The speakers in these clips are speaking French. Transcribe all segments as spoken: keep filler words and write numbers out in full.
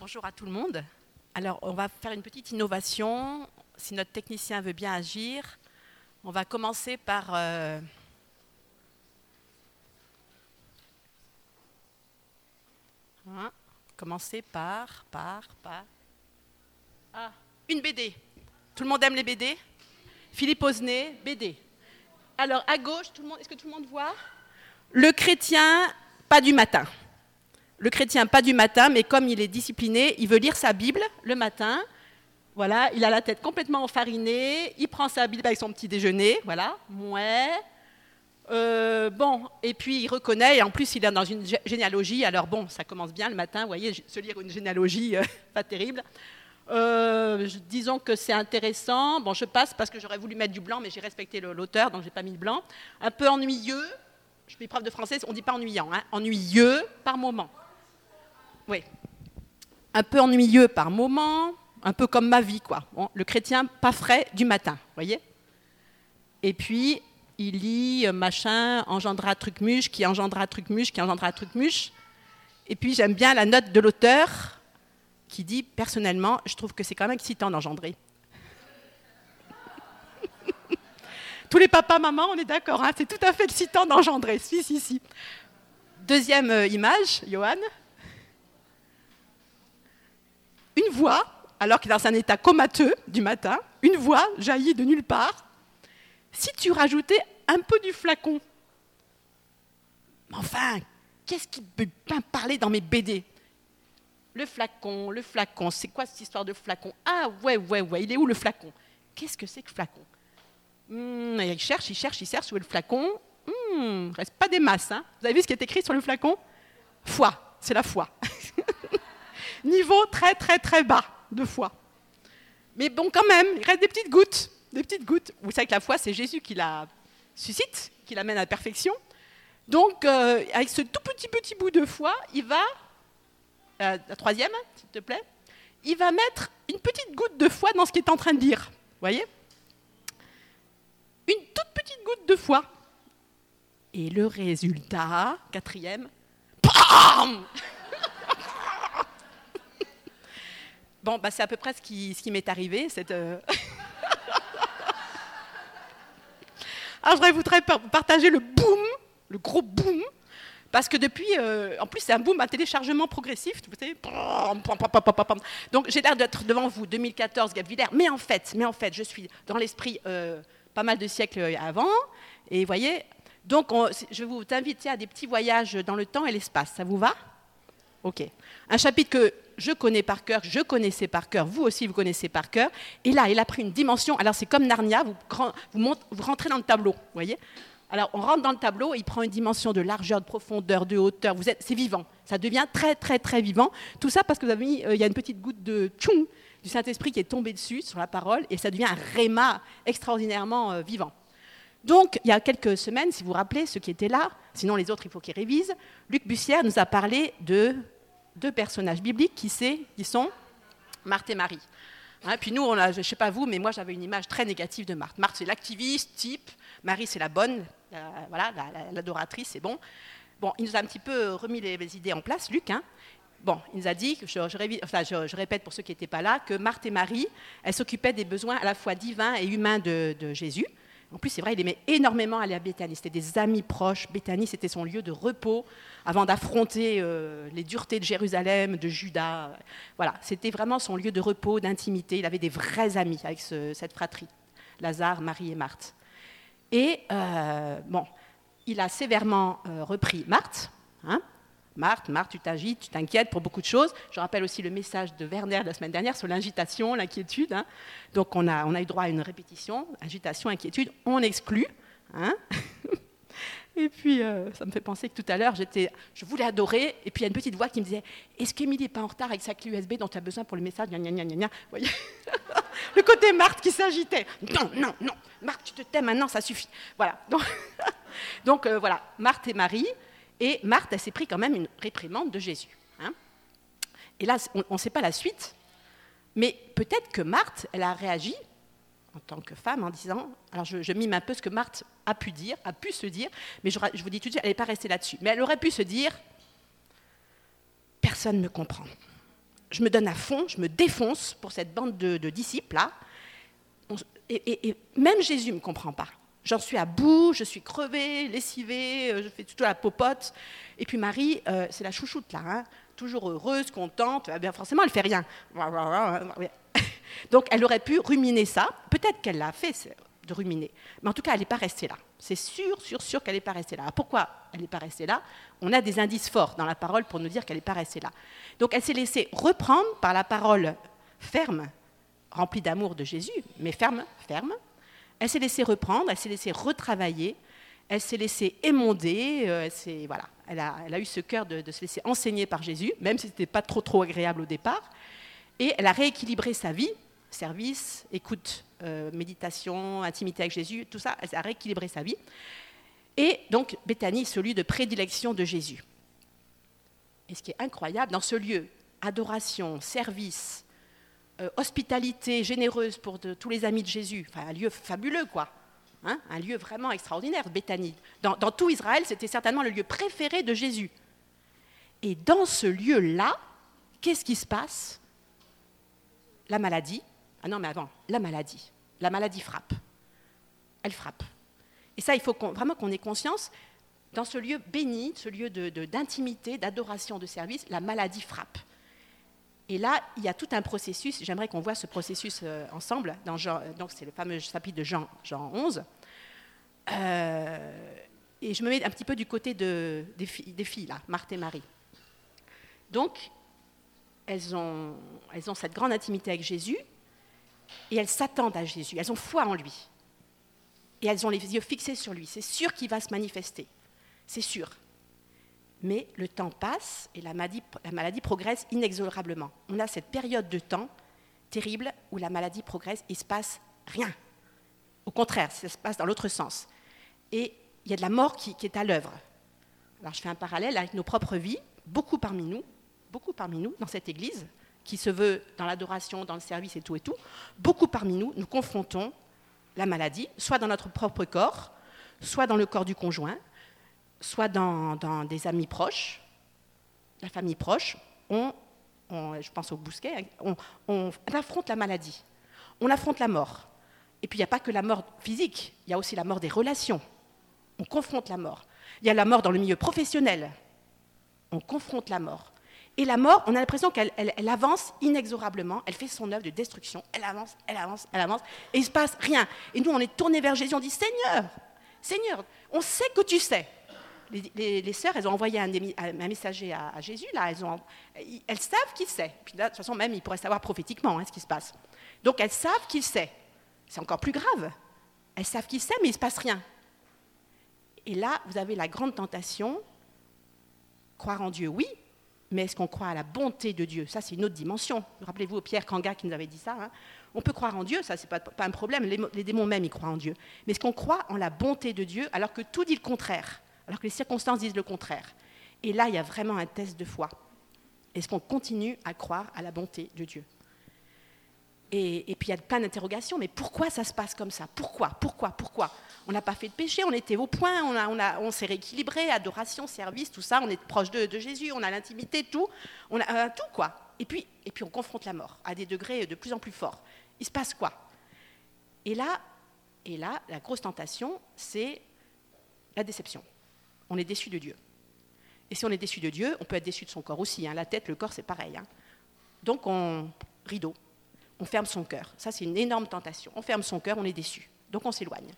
Bonjour à tout le monde. Alors, on va faire une petite innovation. Si notre technicien veut bien agir, on va commencer par... Euh, hein, commencer par, par, par... Ah, une B D. Tout le monde aime les B D? Philippe Osnet, B D. Alors, à gauche, tout le monde, est-ce que tout le monde voit? Le chrétien, pas du matin. Le chrétien, pas du matin, mais comme il est discipliné, il veut lire sa Bible le matin. Voilà, il a la tête complètement enfarinée, il prend sa Bible avec son petit déjeuner, voilà, ouais. Euh, bon, et puis il reconnaît, et en plus il est dans une généalogie, alors bon, ça commence bien le matin, vous voyez, se lire une généalogie, euh, pas terrible. Euh, disons que c'est intéressant, bon, je passe parce que j'aurais voulu mettre du blanc, mais j'ai respecté l'auteur, donc j'ai pas mis le blanc. Un peu ennuyeux, je suis prof de français, on ne dit pas ennuyant, hein, ennuyeux par moment. Oui, un peu ennuyeux par moment, un peu comme ma vie, quoi. Bon, le chrétien pas frais du matin, vous voyez. Et puis, il lit machin, engendra truc-muche, qui engendra truc-muche, qui engendra truc-muche. Et puis, j'aime bien la note de l'auteur qui dit, personnellement, je trouve que c'est quand même excitant d'engendrer. Tous les papas, mamans, on est d'accord, hein, c'est tout à fait excitant d'engendrer. Si, si, si. Deuxième euh, image, Johan. Une voix, alors qu'il est dans un état comateux du matin, une voix jaillit de nulle part. Si tu rajoutais un peu du flacon, mais enfin, qu'est-ce qui peut bien parler dans mes B D? Le flacon, le flacon, c'est quoi cette histoire de flacon? Ah ouais, ouais, ouais, il est où le flacon? Qu'est-ce que c'est que flacon? Hum, Il cherche, il cherche, il cherche, où est le flacon? Hum, reste pas des masses, hein. Vous avez vu ce qui est écrit sur le flacon? Foi, c'est la foi. Niveau très très très bas de foi. Mais bon, quand même, il reste des petites gouttes. Des petites gouttes. Vous savez que la foi, c'est Jésus qui la suscite, qui l'amène à la perfection. Donc, euh, avec ce tout petit petit bout de foi, il va, euh, la troisième, s'il te plaît, il va mettre une petite goutte de foi dans ce qu'il est en train de dire. Vous voyez? Une toute petite goutte de foi. Et le résultat, quatrième, PAM! Bon, bah, c'est à peu près ce qui, ce qui m'est arrivé. Cette, euh... Alors, je voudrais vous très partager le boom, le gros boom, parce que depuis, euh, en plus, c'est un boom à téléchargement progressif, vous savez. Donc, j'ai l'air d'être devant vous, deux mille quatorze, Gap Villers, mais en fait, mais en fait, je suis dans l'esprit euh, pas mal de siècles avant, et vous voyez, donc, on, je vais vous inviter à des petits voyages dans le temps et l'espace. Ça vous va? Ok. Un chapitre que je connais par cœur, je connaissais par cœur, vous aussi vous connaissez par cœur. Et là, il a pris une dimension. Alors c'est comme Narnia, vous, vous, montrez, vous rentrez dans le tableau, vous voyez. Alors on rentre dans le tableau, il prend une dimension de largeur, de profondeur, de hauteur. Vous êtes, c'est vivant. Ça devient très très très vivant. Tout ça parce que vous avez mis, euh, il y a une petite goutte de tchoum du Saint-Esprit qui est tombée dessus sur la parole, et ça devient un réma extraordinairement euh, vivant. Donc, il y a quelques semaines, si vous vous rappelez, ceux qui étaient là, sinon les autres, il faut qu'ils révisent, Luc Bussière nous a parlé de deux personnages bibliques qui, qui sont Marthe et Marie. Hein, puis nous, on a, je ne sais pas vous, mais moi j'avais une image très négative de Marthe. Marthe, c'est l'activiste type, Marie, c'est la bonne, la, voilà, la, la, l'adoratrice, c'est bon. Bon, il nous a un petit peu remis les, les idées en place, Luc. Hein. Bon, il nous a dit, je, je, révise, enfin, je, je répète pour ceux qui n'étaient pas là, que Marthe et Marie, elles s'occupaient des besoins à la fois divins et humains de, de Jésus. En plus, c'est vrai, il aimait énormément aller à Béthanie. C'était des amis proches. Béthanie, c'était son lieu de repos avant d'affronter euh, les duretés de Jérusalem, de Juda. Voilà, c'était vraiment son lieu de repos, d'intimité. Il avait des vrais amis avec ce, cette fratrie, Lazare, Marie et Marthe. Et, euh, bon, il a sévèrement euh, repris Marthe. Hein, Marthe, Marthe, tu t'agites, tu t'inquiètes pour beaucoup de choses. Je rappelle aussi le message de Werner de la semaine dernière sur l'agitation, l'inquiétude. Hein. Donc, on a, on a eu droit à une répétition. Agitation, inquiétude, on exclut. Hein. Et puis, euh, ça me fait penser que tout à l'heure, j'étais, je voulais adorer. Et puis, il y a une petite voix qui me disait « Est-ce qu'Émilie n'est pas en retard avec sa clé U S B dont tu as besoin pour le message ?» Gna, gna, gna, gna, gna. Vous voyez. Le côté Marthe qui s'agitait. « Non, non, non. Marthe, tu te tais maintenant, ça suffit. » Voilà. Donc, donc euh, voilà, Marthe et Marie. Et Marthe, elle s'est pris quand même une réprimande de Jésus. Hein. Et là, on ne sait pas la suite, mais peut-être que Marthe, elle a réagi en tant que femme en disant, alors je, je mime un peu ce que Marthe a pu dire, a pu se dire, mais je, je vous dis tout de suite, elle n'est pas restée là-dessus. Mais elle aurait pu se dire, personne ne me comprend. je me donne à fond, je me défonce pour cette bande de, de disciples-là. On, et, et, et même Jésus ne me comprend pas. J'en suis à bout, je suis crevée, lessivée, je fais toute la popote. Et puis Marie, euh, c'est la chouchoute là, hein, toujours heureuse, contente. Eh bien forcément, elle ne fait rien. Donc elle aurait pu ruminer ça. Peut-être qu'elle l'a fait, de ruminer. Mais en tout cas, elle n'est pas restée là. C'est sûr, sûr, sûr qu'elle n'est pas restée là. Alors pourquoi elle n'est pas restée là? On a des indices forts dans la parole pour nous dire qu'elle n'est pas restée là. Donc elle s'est laissée reprendre par la parole ferme, remplie d'amour de Jésus, mais ferme, ferme. Elle s'est laissée reprendre, elle s'est laissée retravailler, elle s'est laissée émonder, euh, elle, s'est, voilà, elle, a, elle a eu ce cœur de, de se laisser enseigner par Jésus, même si ce n'était pas trop, trop agréable au départ. Et elle a rééquilibré sa vie, service, écoute, euh, méditation, intimité avec Jésus, tout ça, elle a rééquilibré sa vie. Et donc, Béthanie, ce lieu de prédilection de Jésus. Et ce qui est incroyable, dans ce lieu, adoration, service, euh, hospitalité généreuse pour de, tous les amis de Jésus, enfin un lieu fabuleux, quoi. Hein, un lieu vraiment extraordinaire, Béthanie. Dans, dans tout Israël, c'était certainement le lieu préféré de Jésus. Et dans ce lieu-là, qu'est-ce qui se passe? La maladie. Ah non, mais avant, la maladie. La maladie frappe. Elle frappe. Et ça, il faut qu'on, vraiment qu'on ait conscience, dans ce lieu béni, ce lieu de, de, d'intimité, d'adoration, de service, la maladie frappe. Et là, il y a tout un processus, j'aimerais qu'on voit ce processus euh, ensemble, dans Jean, donc c'est le fameux chapitre de Jean, Jean onze. Euh, et je me mets un petit peu du côté de, des, filles, des filles, là, Marthe et Marie. Donc, elles ont, elles ont cette grande intimité avec Jésus, et elles s'attendent à Jésus, elles ont foi en lui. Et elles ont les yeux fixés sur lui. C'est sûr qu'il va se manifester. C'est sûr. Mais le temps passe et la maladie, la maladie progresse inexorablement. On a cette période de temps terrible où la maladie progresse, il ne se passe rien. Au contraire, ça se passe dans l'autre sens. Et il y a de la mort qui, qui est à l'œuvre. Alors je fais un parallèle avec nos propres vies. Beaucoup parmi nous, beaucoup parmi nous, dans cette église, qui se veut dans l'adoration, dans le service et tout et tout, beaucoup parmi nous, nous confrontons la maladie, soit dans notre propre corps, soit dans le corps du conjoint, soit dans, dans des amis proches, la famille proche. On, on, je pense au Bousquet, on, on, on affronte la maladie, on affronte la mort. Et puis il n'y a pas que la mort physique, il y a aussi la mort des relations. On confronte la mort. Il y a la mort dans le milieu professionnel. On confronte la mort. Et la mort, on a l'impression qu'elle elle, elle avance inexorablement, elle fait son œuvre de destruction, elle avance, elle avance, elle avance, et il ne se passe rien. Et nous, on est tournés vers Jésus, on dit « Seigneur, Seigneur, on sait que tu sais ». Les, les, les sœurs, elles ont envoyé un, un messager à, à Jésus, là, elles, ont, elles savent qu'il sait. Puis là, de toute façon, même, il pourrait savoir prophétiquement hein, ce qui se passe. Donc, elles savent qu'il sait. C'est encore plus grave. Elles savent qu'il sait, mais il ne se passe rien. Et là, vous avez la grande tentation, croire en Dieu, oui, mais est-ce qu'on croit à la bonté de Dieu? Ça, c'est une autre dimension. Rappelez-vous Pierre Kanga qui nous avait dit ça. Hein. On peut croire en Dieu, ça, ce n'est pas, pas un problème. Les, les démons même, ils croient en Dieu. Mais est-ce qu'on croit en la bonté de Dieu alors que tout dit le contraire? Alors que les circonstances disent le contraire? Et là, il y a vraiment un test de foi. Est-ce qu'on continue à croire à la bonté de Dieu? Et, et puis, il y a plein d'interrogations. Mais pourquoi ça se passe comme ça? Pourquoi? Pourquoi? Pourquoi? On n'a pas fait de péché, on était au point, on, a, on, a, on s'est rééquilibré, adoration, service, tout ça, on est proche de, de Jésus, on a l'intimité, tout, on a euh, tout quoi. Et puis, et puis on confronte la mort à des degrés de plus en plus forts. Il se passe quoi? Et là, et là, la grosse tentation, c'est la déception. On est déçu de Dieu. Et si on est déçu de Dieu, on peut être déçu de son corps aussi. Hein. La tête, le corps, c'est pareil. Hein. Donc on rideau, on ferme son cœur. Ça, c'est une énorme tentation. On ferme son cœur, on est déçu. Donc on s'éloigne.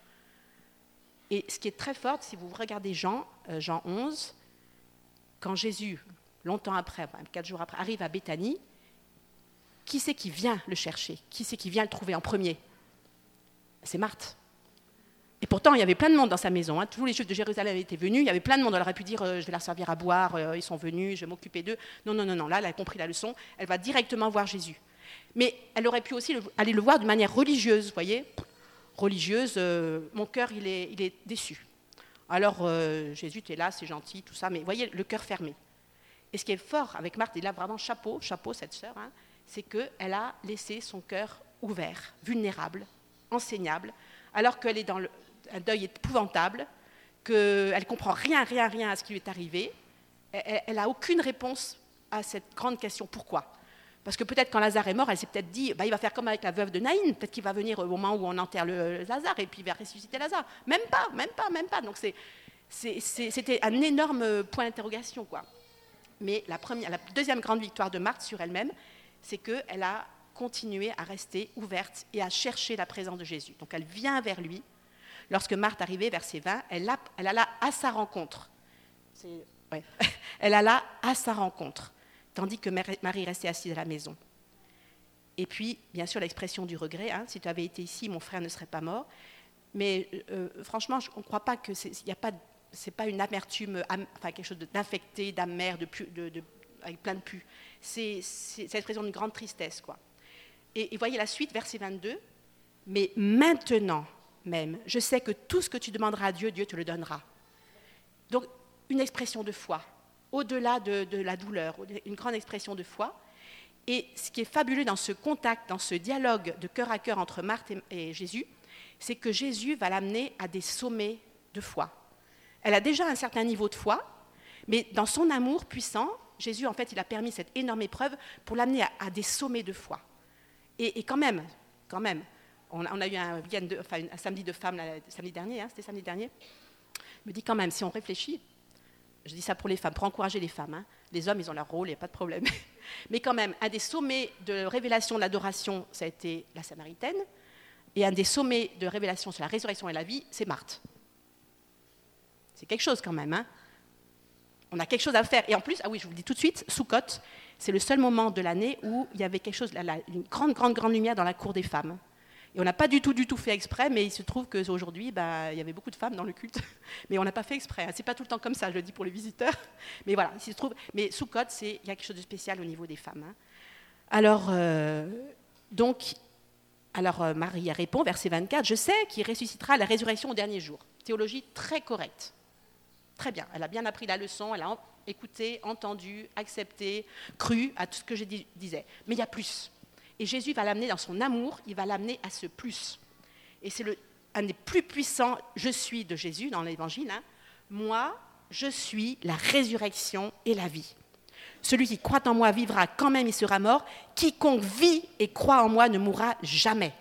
Et ce qui est très fort, si vous regardez Jean, euh, Jean onze, quand Jésus, longtemps après, enfin, quatre jours après, arrive à Béthanie, qui c'est qui vient le chercher? Qui c'est qui vient le trouver en premier? C'est Marthe. Et pourtant, il y avait plein de monde dans sa maison. Hein. Tous les Juifs de Jérusalem étaient venus. Il y avait plein de monde. Elle aurait pu dire euh, « je vais leur servir à boire, euh, ils sont venus, je vais m'occuper d'eux ». Non, non, non, non. Là, elle a compris la leçon. Elle va directement voir Jésus. Mais elle aurait pu aussi le, aller le voir de manière religieuse, vous voyez, religieuse, euh, mon cœur, il est, il est déçu. Alors, euh, Jésus, tu es là, c'est gentil, tout ça, mais vous voyez, le cœur fermé. Et ce qui est fort avec Marthe, et là, vraiment, chapeau, chapeau, cette sœur, hein, c'est qu'elle a laissé son cœur ouvert, vulnérable, enseignable, alors qu'elle est dans le, un deuil épouvantable, qu'elle ne comprend rien, rien, rien à ce qui lui est arrivé. Elle n'a aucune réponse à cette grande question, pourquoi? Parce que peut-être quand Lazare est mort, elle s'est peut-être dit, bah, il va faire comme avec la veuve de Naïn, peut-être qu'il va venir au moment où on enterre le, le Lazare et puis il va ressusciter Lazare. Même pas, même pas, même pas. Donc c'est, c'est, c'est, c'était un énorme point d'interrogation, quoi. Mais la, première, la deuxième grande victoire de Marthe sur elle-même, c'est qu'elle a continué à rester ouverte et à chercher la présence de Jésus. Donc elle vient vers lui. Lorsque Marthe arrivait, verset vingt, elle, a, elle alla à sa rencontre. C'est, ouais. Elle alla à sa rencontre. Tandis que Marie restait assise à la maison. Et puis, bien sûr, l'expression du regret, hein, si tu avais été ici, mon frère ne serait pas mort. Mais euh, franchement, on ne croit pas que c'est, y a pas, c'est pas une amertume, am, enfin quelque chose d'infecté, d'amer, de pu, de, de, avec plein de pu. C'est, c'est, c'est l'expression d'une grande tristesse, quoi. Et, et voyez la suite, verset vingt-deux. Mais maintenant même, je sais que tout ce que tu demanderas à Dieu, Dieu te le donnera. Donc, une expression de foi. Au-delà de, de la douleur, une grande expression de foi. Et ce qui est fabuleux dans ce contact, dans ce dialogue de cœur à cœur entre Marthe et, et Jésus, c'est que Jésus va l'amener à des sommets de foi. Elle a déjà un certain niveau de foi, mais dans son amour puissant, Jésus, en fait, il a permis cette énorme épreuve pour l'amener à, à des sommets de foi. Et, et quand même, quand même, on a, on a eu un, week-end de, enfin, un samedi de femmes, là, samedi dernier, hein, c'était samedi dernier, je me dis quand même, si on réfléchit, je dis ça pour les femmes, pour encourager les femmes. Hein. Les hommes, ils ont leur rôle, il n'y a pas de problème. Mais quand même, un des sommets de révélation de l'adoration, ça a été la Samaritaine. Et un des sommets de révélation sur la résurrection et la vie, c'est Marthe. C'est quelque chose quand même. Hein. On a quelque chose à faire. Et en plus, ah oui, je vous le dis tout de suite, Soukhot, c'est le seul moment de l'année où il y avait quelque chose, la, la, une grande, grande, grande lumière dans la cour des femmes. Et on n'a pas du tout, du tout fait exprès, mais il se trouve qu'aujourd'hui, bah, il y avait beaucoup de femmes dans le culte. Mais on n'a pas fait exprès. Hein. Ce n'est pas tout le temps comme ça, je le dis pour les visiteurs. Mais voilà, il se trouve. Mais Soukhot, c'est, il y a quelque chose de spécial au niveau des femmes. Hein. Alors, euh, donc, alors euh, Marie répond, verset vingt-quatre, « Je sais qu'il ressuscitera à la résurrection au dernier jour. » Théologie très correcte. Très bien. Elle a bien appris la leçon, elle a écouté, entendu, accepté, cru à tout ce que je dis, disais. Mais il y a plus. Et Jésus va l'amener dans son amour, il va l'amener à ce plus. Et c'est le, un des plus puissants « je suis » de Jésus dans l'Évangile. Hein. Moi, je suis la résurrection et la vie. Celui qui croit en moi vivra quand même, il sera mort. Quiconque vit et croit en moi ne mourra jamais.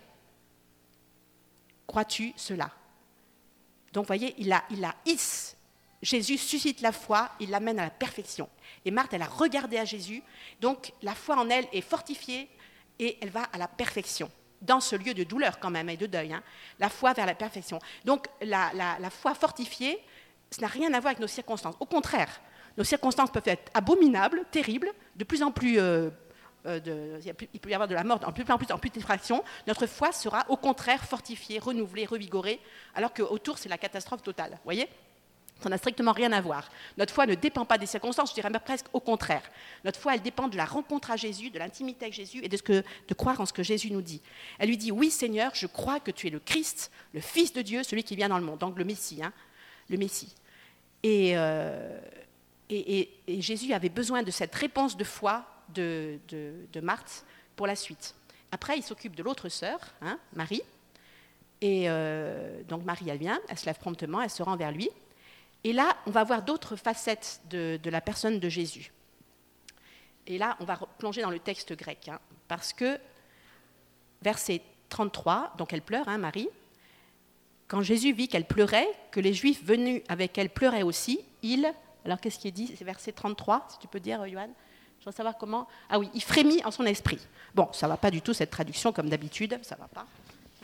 Crois-tu cela? Donc, vous voyez, il a, il a hisse. Jésus suscite la foi, il l'amène à la perfection. Et Marthe, elle a regardé à Jésus. Donc, la foi en elle est fortifiée. Et elle va à la perfection, dans ce lieu de douleur quand même et de deuil, hein, la foi vers la perfection. Donc la, la, la foi fortifiée, ça n'a rien à voir avec nos circonstances. Au contraire, nos circonstances peuvent être abominables, terribles, de plus en plus, euh, euh, de, il peut y avoir de la mort, en plus en plus, en plus d'effractions. Notre foi sera au contraire fortifiée, renouvelée, revigorée, alors qu'autour c'est la catastrophe totale. Vous voyez ? Ça n'a strictement rien à voir. Notre foi ne dépend pas des circonstances, je dirais même presque au contraire. Notre foi, elle dépend de la rencontre à Jésus, de l'intimité avec Jésus et de, ce que, de croire en ce que Jésus nous dit. Elle lui dit, oui Seigneur, je crois que tu es le Christ, le Fils de Dieu, celui qui vient dans le monde, donc le Messie. Hein, le Messie. Et, euh, et, et, et Jésus avait besoin de cette réponse de foi de, de, de Marthe pour la suite. Après, il s'occupe de l'autre sœur, hein, Marie. Et euh, donc Marie, elle vient, elle se lève promptement, elle se rend vers lui. Et là, on va voir d'autres facettes de, de la personne de Jésus. Et là, on va plonger dans le texte grec, hein, parce que, verset trente-trois, donc elle pleure, hein, Marie, quand Jésus vit qu'elle pleurait, que les Juifs venus avec elle pleuraient aussi, il, alors qu'est-ce qui est dit? C'est verset trente-trois, si tu peux dire, Yohan. Je veux savoir comment. Ah oui, il frémit en son esprit. Bon, ça ne va pas du tout, cette traduction, comme d'habitude, ça ne va pas.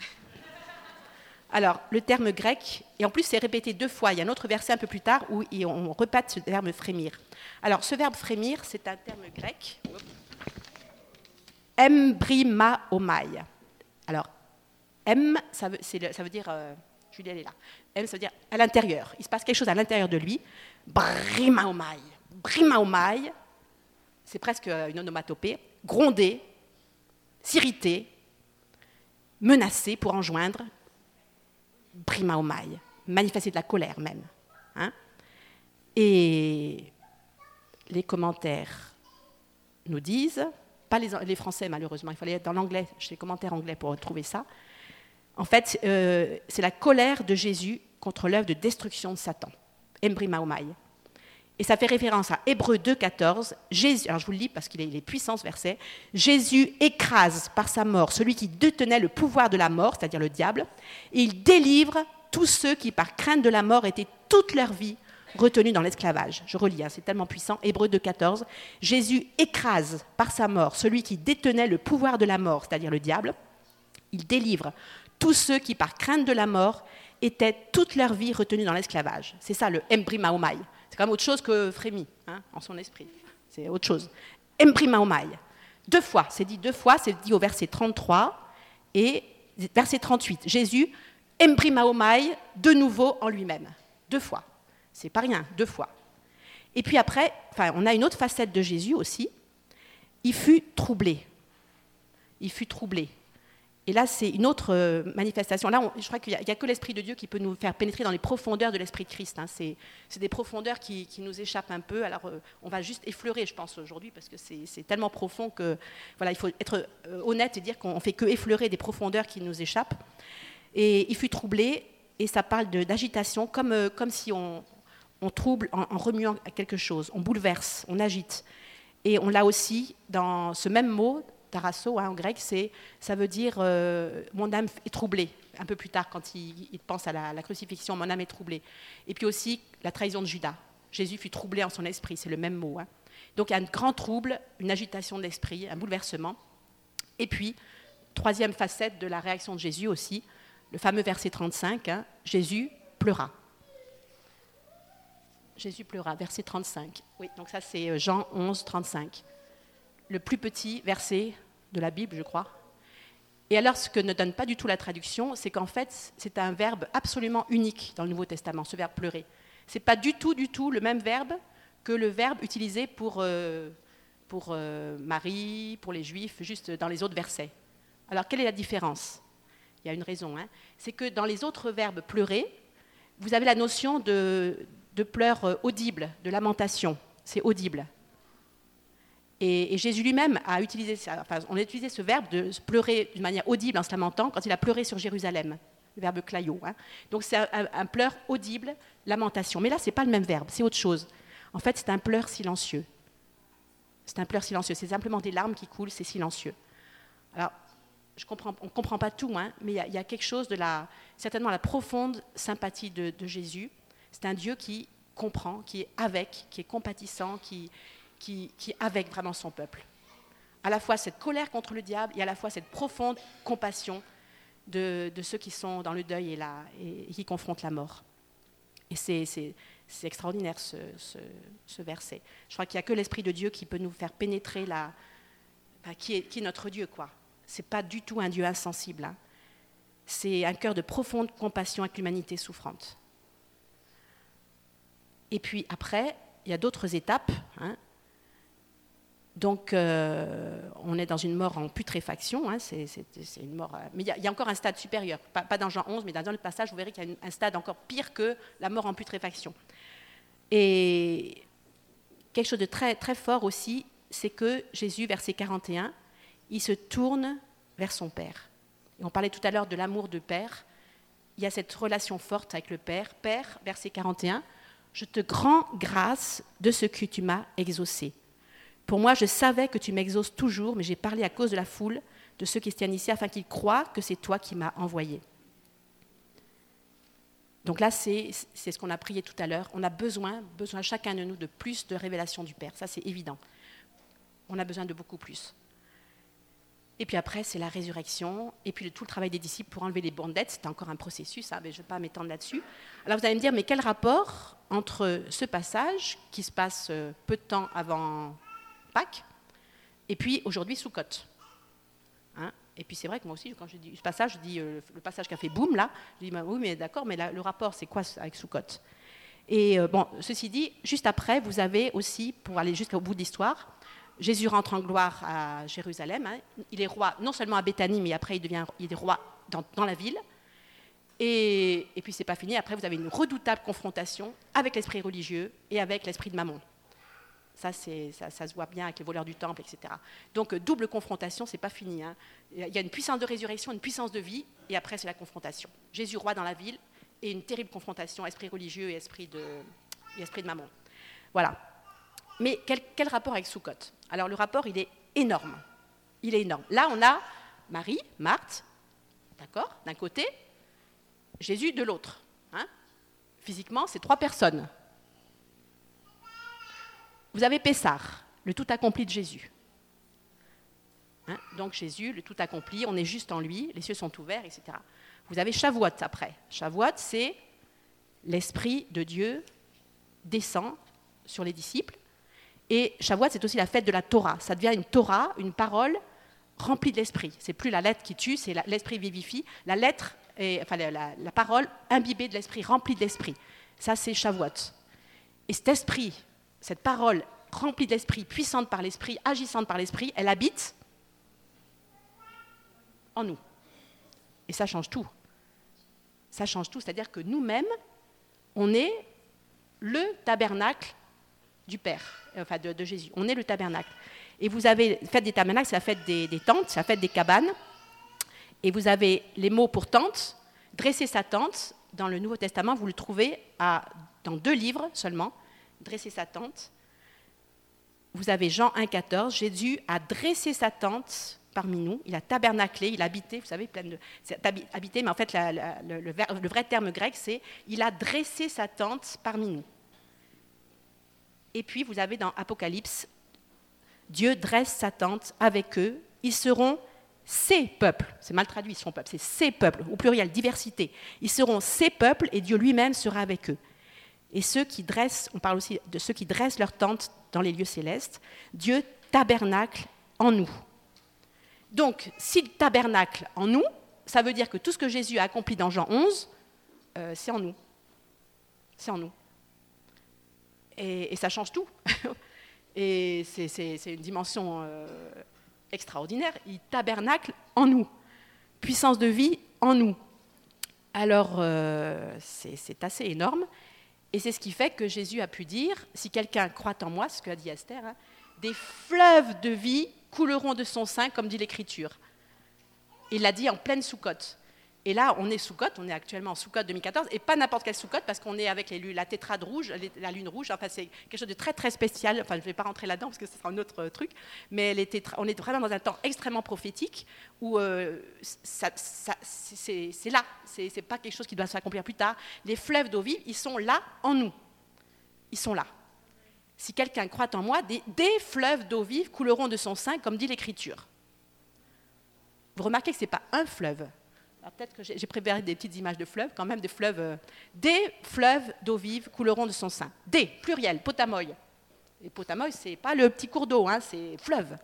Alors, le terme grec, et en plus c'est répété deux fois, il y a un autre verset un peu plus tard où on répète ce terme frémir. Alors, ce verbe frémir, c'est un terme grec, embrimaomai. Alors, em, ça veut, c'est le, ça veut dire, euh, Julie elle est là, em, ça veut dire à l'intérieur, il se passe quelque chose à l'intérieur de lui, brimaomai, brimaomai, c'est presque une onomatopée, gronder, s'irriter, menacer pour enjoindre, brimaomai, manifester de la colère même. Hein. Et les commentaires nous disent, pas les, les Français malheureusement, il fallait être dans l'anglais, chez les commentaires anglais pour trouver ça. En fait, euh, c'est la colère de Jésus contre l'œuvre de destruction de Satan, embrimaomai. Et ça fait référence à Hébreux deux, quatorze. Jésus, alors je vous le lis parce qu'il est, il est puissant ce verset. Jésus écrase par sa mort celui qui détenait le pouvoir de la mort, c'est-à-dire le diable, et il délivre tous ceux qui, par crainte de la mort, étaient toute leur vie retenus dans l'esclavage. Je relis, hein, c'est tellement puissant. Hébreux deux, quatorze. Jésus écrase par sa mort celui qui détenait le pouvoir de la mort, c'est-à-dire le diable. Il délivre tous ceux qui, par crainte de la mort, étaient toute leur vie retenus dans l'esclavage. C'est ça le Embri Maomai. C'est quand même autre chose que frémit, hein, en son esprit. C'est autre chose. Embri Maomai. Deux fois, c'est dit deux fois, c'est dit au verset trente-trois et verset trente-huit. Jésus, Embri Maomai, de nouveau en lui-même. Deux fois. C'est pas rien, deux fois. Et puis après, enfin, on a une autre facette de Jésus aussi. Il fut troublé. Il fut troublé. Et là, c'est une autre euh, manifestation. Là, on, je crois qu'il n'y a, a que l'Esprit de Dieu qui peut nous faire pénétrer dans les profondeurs de l'Esprit de Christ. Hein. C'est, c'est des profondeurs qui, qui nous échappent un peu. Alors, euh, on va juste effleurer, je pense, aujourd'hui, parce que c'est, c'est tellement profond que, voilà, il faut être euh, honnête et dire qu'on ne fait que effleurer des profondeurs qui nous échappent. Et il fut troublé, et ça parle de, d'agitation, comme, euh, comme si on, on trouble en, en remuant quelque chose. On bouleverse, on agite. Et on l'a aussi dans ce même mot, tarasso, hein, en grec, c'est, ça veut dire euh, mon âme est troublée. Un peu plus tard, quand il, il pense à la, la crucifixion, mon âme est troublée. Et puis aussi la trahison de Judas. Jésus fut troublé en son esprit, c'est le même mot. Hein. Donc il y a un grand trouble, une agitation de l'esprit, un bouleversement. Et puis, troisième facette de la réaction de Jésus aussi, le fameux verset trente-cinq, hein, Jésus pleura. Jésus pleura, verset trente-cinq. Oui, donc ça c'est Jean onze, trente-cinq. Le plus petit verset de la Bible, je crois. Et alors, ce que ne donne pas du tout la traduction, c'est qu'en fait, c'est un verbe absolument unique dans le Nouveau Testament, ce verbe pleurer. Ce n'est pas du tout, du tout le même verbe que le verbe utilisé pour, euh, pour euh, Marie, pour les Juifs, juste dans les autres versets. Alors, quelle est la différence ? Il y a une raison. Hein. C'est que dans les autres verbes pleurer, vous avez la notion de, de pleurs audibles, de lamentation. C'est audible. Et, et Jésus lui-même a utilisé, ça, enfin, on a utilisé ce verbe de pleurer d'une manière audible en se lamentant quand il a pleuré sur Jérusalem, le verbe klaio. Hein. Donc c'est un, un, un pleur audible, lamentation. Mais là, ce n'est pas le même verbe, c'est autre chose. En fait, c'est un pleur silencieux. C'est un pleur silencieux, c'est simplement des larmes qui coulent, c'est silencieux. Alors, je comprends, on ne comprend pas tout, hein, mais il y, y a quelque chose de la, certainement la profonde sympathie de, de Jésus. C'est un Dieu qui comprend, qui est avec, qui est compatissant, qui... Qui, qui avec vraiment son peuple. À la fois cette colère contre le diable et à la fois cette profonde compassion de, de ceux qui sont dans le deuil et, la, et, et qui confrontent la mort. Et c'est, c'est, c'est extraordinaire ce, ce, ce verset. Je crois qu'il n'y a que l'Esprit de Dieu qui peut nous faire pénétrer la, enfin, qui, est, qui est notre Dieu, quoi. Ce n'est pas du tout un Dieu insensible. Hein. C'est un cœur de profonde compassion avec l'humanité souffrante. Et puis après, il y a d'autres étapes, hein. Donc, euh, on est dans une mort en putréfaction, hein, c'est, c'est, c'est une mort. Mais il y, y a encore un stade supérieur, pas, pas dans Jean onze, mais dans le passage, vous verrez qu'il y a une, un stade encore pire que la mort en putréfaction. Et quelque chose de très, très fort aussi, c'est que Jésus, verset quarante et un, il se tourne vers son Père. Et on parlait tout à l'heure de l'amour de Père. Il y a cette relation forte avec le Père. Père, verset quarante et un, je te rends grâce de ce que tu m'as exaucé. Pour moi, je savais que tu m'exauces toujours, mais j'ai parlé à cause de la foule, de ceux qui se tiennent ici, afin qu'ils croient que c'est toi qui m'as envoyé. Donc là, c'est, c'est ce qu'on a prié tout à l'heure. On a besoin, besoin, chacun de nous, de plus de révélation du Père. Ça, c'est évident. On a besoin de beaucoup plus. Et puis après, c'est la résurrection, et puis tout le travail des disciples pour enlever les bandettes. C'était encore un processus, hein, mais je ne vais pas m'étendre là-dessus. Alors vous allez me dire, mais quel rapport entre ce passage, qui se passe peu de temps avant Pâques, et puis aujourd'hui Soukhot. Hein, et puis c'est vrai que moi aussi, quand je dis ce passage, je dis euh, le passage qui a fait boum là, je dis bah, oui mais d'accord, mais la, le rapport c'est quoi avec Soukhot? Et euh, bon, ceci dit, juste après, vous avez aussi, pour aller jusqu'au bout de l'histoire, Jésus rentre en gloire à Jérusalem. Hein, il est roi non seulement à Béthanie, mais après il devient il est roi dans, dans la ville. Et, et puis c'est pas fini. Après, vous avez une redoutable confrontation avec l'esprit religieux et avec l'esprit de Mammon. Ça, c'est, ça, ça se voit bien avec les voleurs du temple, et cetera. Donc, double confrontation, c'est pas fini. Hein. Il y a une puissance de résurrection, une puissance de vie, et après, c'est la confrontation. Jésus, roi dans la ville, et une terrible confrontation, esprit religieux et esprit de, et esprit de Mammon. Voilà. Mais quel, quel rapport avec Sukkot? Alors le rapport, il est énorme. Il est énorme. Là, on a Marie, Marthe, d'accord, d'un côté, Jésus de l'autre. Hein. Physiquement, c'est trois personnes. Vous avez Pessah, le tout accompli de Jésus. Hein, donc Jésus, le tout accompli, on est juste en lui, les cieux sont ouverts, et cetera. Vous avez Shavuot après. Shavuot, c'est l'Esprit de Dieu descend sur les disciples. Et Shavuot, c'est aussi la fête de la Torah. Ça devient une Torah, une parole remplie de l'Esprit. C'est plus la lettre qui tue, c'est la, l'Esprit vivifie. La lettre, est, enfin la, la, la parole imbibée de l'Esprit, remplie de l'Esprit. Ça, c'est Shavuot. Et cet Esprit, cette parole remplie de l'Esprit, puissante par l'Esprit, agissante par l'Esprit, elle habite en nous. Et ça change tout. Ça change tout, c'est-à-dire que nous-mêmes, on est le tabernacle du Père, enfin de, de Jésus. On est le tabernacle. Et vous avez, la fête des tabernacles, c'est la fête des, des tentes, c'est la fête des cabanes. Et vous avez les mots pour tente, dresser sa tente. Dans le Nouveau Testament, vous le trouvez à, dans deux livres seulement, dresser sa tente. Vous avez Jean un, quatorze, Jésus a dressé sa tente parmi nous, il a tabernaclé, il a habité, vous savez, plein de, c'est habité, mais en fait, la, la, le, le, le vrai terme grec, c'est il a dressé sa tente parmi nous. Et puis, vous avez dans Apocalypse, Dieu dresse sa tente avec eux, ils seront ses peuples, c'est mal traduit son peuple, c'est ses peuples, au pluriel, diversité, ils seront ses peuples et Dieu lui-même sera avec eux. Et ceux qui dressent, on parle aussi de ceux qui dressent leur tente dans les lieux célestes, Dieu tabernacle en nous. Donc, s'il tabernacle en nous, ça veut dire que tout ce que Jésus a accompli dans Jean onze, euh, c'est en nous. C'est en nous. Et, et ça change tout. Et c'est, c'est, c'est une dimension euh, extraordinaire. Il tabernacle en nous. Puissance de vie en nous. Alors, euh, c'est, c'est assez énorme. Et c'est ce qui fait que Jésus a pu dire, si quelqu'un croit en moi, c'est ce qu'a dit Esther, hein, des fleuves de vie couleront de son sein, comme dit l'Écriture. Il l'a dit en pleine Soukotte. Et là, on est Soukotte, on est actuellement en Soukotte deux mille quatorze, et pas n'importe quelle Soukotte, parce qu'on est avec les, la tétrade rouge, la lune rouge, enfin c'est quelque chose de très très spécial, enfin je ne vais pas rentrer là-dedans, parce que ce sera un autre truc, mais les tétra, on est vraiment dans un temps extrêmement prophétique, où euh, ça, ça, c'est, c'est là, c'est, c'est pas quelque chose qui doit s'accomplir plus tard. Les fleuves d'eau vive, ils sont là en nous. Ils sont là. Si quelqu'un croit en moi, des, des fleuves d'eau vive couleront de son sein, comme dit l'Écriture. Vous remarquez que ce n'est pas un fleuve. Alors peut-être que j'ai, j'ai préparé des petites images de fleuves, quand même des fleuves. Euh, des fleuves d'eau vive couleront de son sein. Des, pluriel, potamoï. Et potamoï, ce n'est pas le petit cours d'eau, hein, c'est fleuve.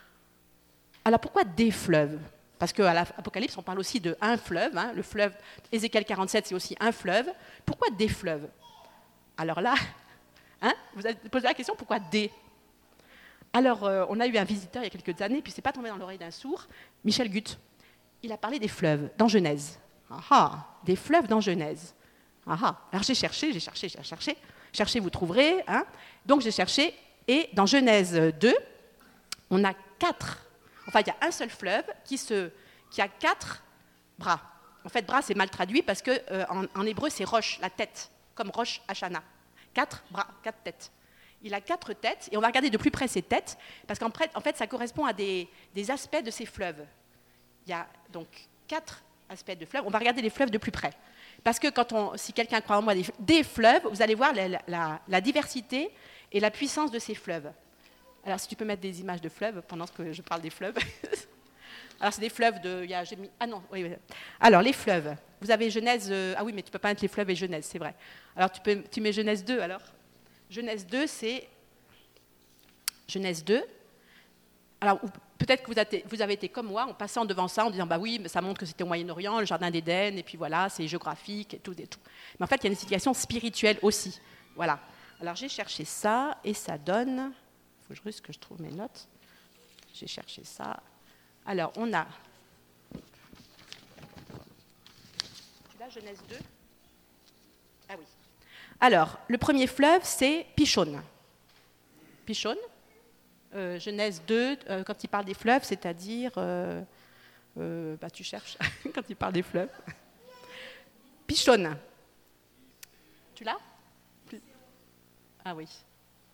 Alors pourquoi des fleuves? Parce qu'à l'Apocalypse, on parle aussi de un fleuve. Hein, le fleuve, Ézéchiel quarante-sept, c'est aussi un fleuve. Pourquoi des fleuves? Alors là... Hein, vous avez posé la question, pourquoi des? Alors, euh, on a eu un visiteur il y a quelques années, puis c'est pas tombé dans l'oreille d'un sourd, Michel Gutt. Il a parlé des fleuves dans Genèse. Ah ah, des fleuves dans Genèse. Ah ah. Alors j'ai cherché, j'ai cherché, j'ai cherché. Cherchez, vous trouverez. Hein. Donc j'ai cherché, et dans Genèse deux, on a quatre. Enfin, il y a un seul fleuve qui, se, qui a quatre bras. En fait, bras, c'est mal traduit parce qu'en euh, en, en hébreu, c'est roche, la tête, comme roche Hashanah. Quatre bras, quatre têtes. Il a quatre têtes, et on va regarder de plus près ces têtes, parce qu'en fait, en fait ça correspond à des, des aspects de ces fleuves. Il y a donc quatre aspects de fleuves. On va regarder les fleuves de plus près. Parce que quand on, si quelqu'un croit en moi des, des fleuves, vous allez voir la, la, la diversité et la puissance de ces fleuves. Alors, si tu peux mettre des images de fleuves pendant que je parle des fleuves. Alors, c'est des fleuves de... Il y a, j'ai mis, ah non, oui, oui. Alors, les fleuves. Vous avez Genèse... Euh, ah oui, mais tu ne peux pas mettre les fleuves et Genèse, c'est vrai. Alors, tu, peux, tu mets Genèse deux, alors. Genèse deux, c'est... Genèse deux. Alors, peut-être que vous avez, vous avez été comme moi, en passant devant ça, en disant, bah oui, mais ça montre que c'était au Moyen-Orient, le Jardin d'Éden, et puis voilà, c'est géographique, et tout, et tout. Mais en fait, il y a une situation spirituelle aussi. Voilà. Alors, j'ai cherché ça, et ça donne... Il faut juste que je trouve mes notes. J'ai cherché ça... Alors, on a... Tu l'as, Genèse deux? Ah oui. Alors, le premier fleuve, c'est Pishon. Pishon. Euh, Genèse deux, euh, quand il parle des fleuves, c'est-à-dire... Euh, euh, bah, tu cherches quand il parle des fleuves. Pishon. Tu l'as? Ah oui.